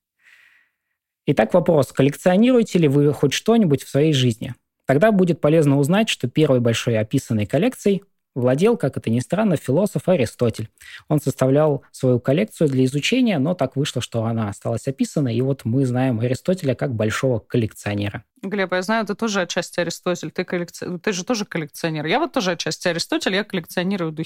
Итак, вопрос. Коллекционируете ли вы хоть что-нибудь в своей жизни? Тогда будет полезно узнать, что первой большой описанной коллекцией владел, как это ни странно, философ Аристотель. Он составлял свою коллекцию для изучения, но так вышло, что она осталась описанной, и вот мы знаем Аристотеля как большого коллекционера. Глеб, я знаю, ты тоже отчасти Аристотель, ты, коллекци... ты же тоже коллекционер. Я вот тоже отчасти Аристотель, я коллекционирую духи.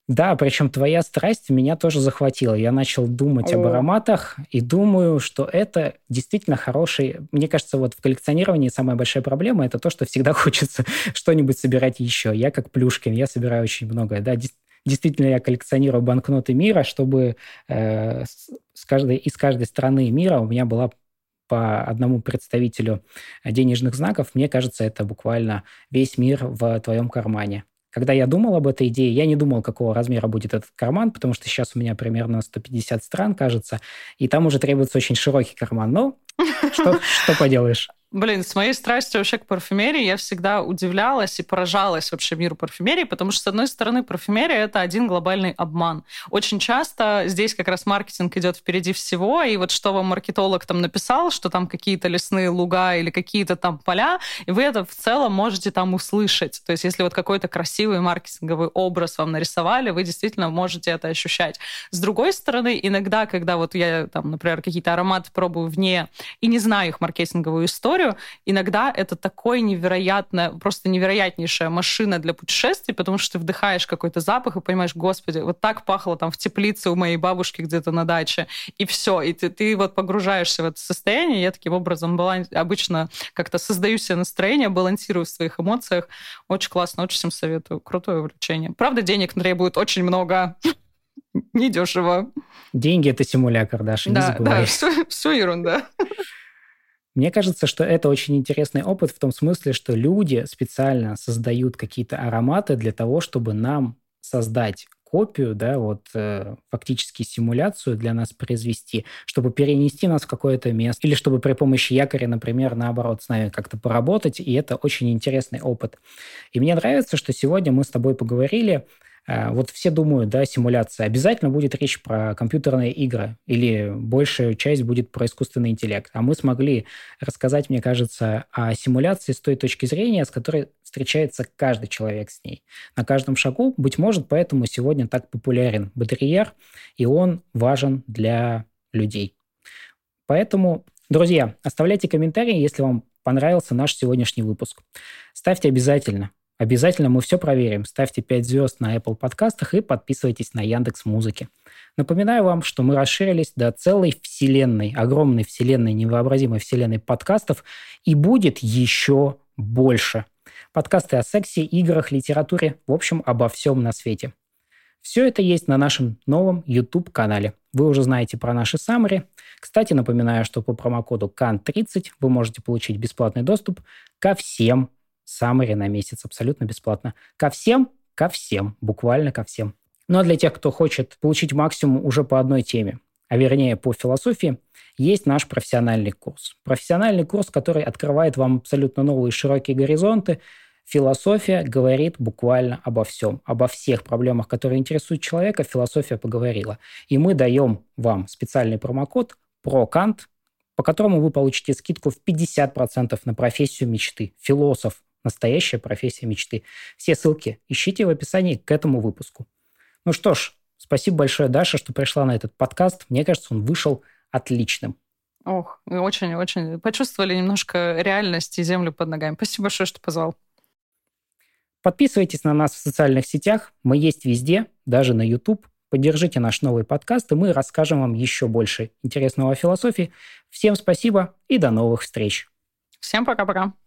Да, причем твоя страсть меня тоже захватила. Я начал думать об О. ароматах и думаю, что это действительно хороший... Мне кажется, вот в коллекционировании самая большая проблема – это то, что всегда хочется что-нибудь собирать еще. Я как Плюшкин, я собираю очень многое. Да, дес- действительно, я коллекционирую банкноты мира, чтобы э, с с каждой, из каждой страны мира у меня была по одному представителю денежных знаков. Мне кажется, это буквально весь мир в твоем кармане. Когда я думал об этой идее, я не думал, какого размера будет этот карман, потому что сейчас у меня примерно сто пятьдесят стран, кажется, и там уже требуется очень широкий карман. Но что, что поделаешь? Блин, с моей страстью вообще к парфюмерии я всегда удивлялась и поражалась вообще миру парфюмерии, потому что, с одной стороны, парфюмерия — это один глобальный обман. Очень часто здесь как раз маркетинг идет впереди всего, и вот что вам маркетолог там написал, что там какие-то лесные луга или какие-то там поля, и вы это в целом можете там услышать. То есть если вот какой-то красивый маркетинговый образ вам нарисовали, вы действительно можете это ощущать. С другой стороны, иногда, когда вот я там, например, какие-то ароматы пробую вне и не знаю их маркетинговую историю, иногда это такой невероятно, просто невероятнейшая машина для путешествий, потому что ты вдыхаешь какой-то запах и понимаешь, господи, вот так пахло там в теплице у моей бабушки где-то на даче, и все, и ты, ты вот погружаешься в это состояние. Я таким образом баланс... обычно как-то создаю себе настроение, балансирую в своих эмоциях. Очень классно, очень всем советую. Крутое увлечение. Правда, денег требует очень много. Недешево. Деньги – это симулятор, Даша, не Да, забывай. да, все, все ерунда. Мне кажется, что это очень интересный опыт в том смысле, что люди специально создают какие-то ароматы для того, чтобы нам создать копию, да, вот э, фактически симуляцию для нас произвести, чтобы перенести нас в какое-то место, или чтобы при помощи якоря, например, наоборот, с нами как-то поработать, и это очень интересный опыт. И мне нравится, что сегодня мы с тобой поговорили. Вот все думают, да, симуляция. Обязательно будет речь про компьютерные игры или большая часть будет про искусственный интеллект. А мы смогли рассказать, мне кажется, о симуляции с той точки зрения, с которой встречается каждый человек с ней. На каждом шагу, быть может, поэтому сегодня так популярен Бодрияр, и он важен для людей. Поэтому, друзья, оставляйте комментарии, если вам понравился наш сегодняшний выпуск. Ставьте обязательно. Обязательно мы все проверим. Ставьте пять звезд на Apple подкастах и подписывайтесь на Яндекс.Музыке. Напоминаю вам, что мы расширились до целой вселенной, огромной вселенной, невообразимой вселенной подкастов, и будет еще больше. Подкасты о сексе, играх, литературе, в общем, обо всем на свете. Все это есть на нашем новом YouTube-канале. Вы уже знаете про наши саммари. Кстати, напоминаю, что по промокоду кан тридцать вы можете получить бесплатный доступ ко всем саммари на месяц абсолютно бесплатно. Ко всем, ко всем, буквально ко всем. Ну а для тех, кто хочет получить максимум уже по одной теме, а вернее по философии, есть наш профессиональный курс. Профессиональный курс, который открывает вам абсолютно новые широкие горизонты. Философия говорит буквально обо всем. Обо всех проблемах, которые интересуют человека, философия поговорила. И мы даем вам специальный промокод прокант, по которому вы получите скидку в пятьдесят процентов на профессию мечты. Философ. Настоящая профессия мечты. Все ссылки ищите в описании к этому выпуску. Ну что ж, спасибо большое, Даша, что пришла на этот подкаст. Мне кажется, он вышел отличным. Ох, очень-очень почувствовали немножко реальность и землю под ногами. Спасибо большое, что позвал. Подписывайтесь на нас в социальных сетях. Мы есть везде, даже на YouTube. Поддержите наш новый подкаст, и мы расскажем вам еще больше интересного о философии. Всем спасибо и до новых встреч. Всем пока-пока.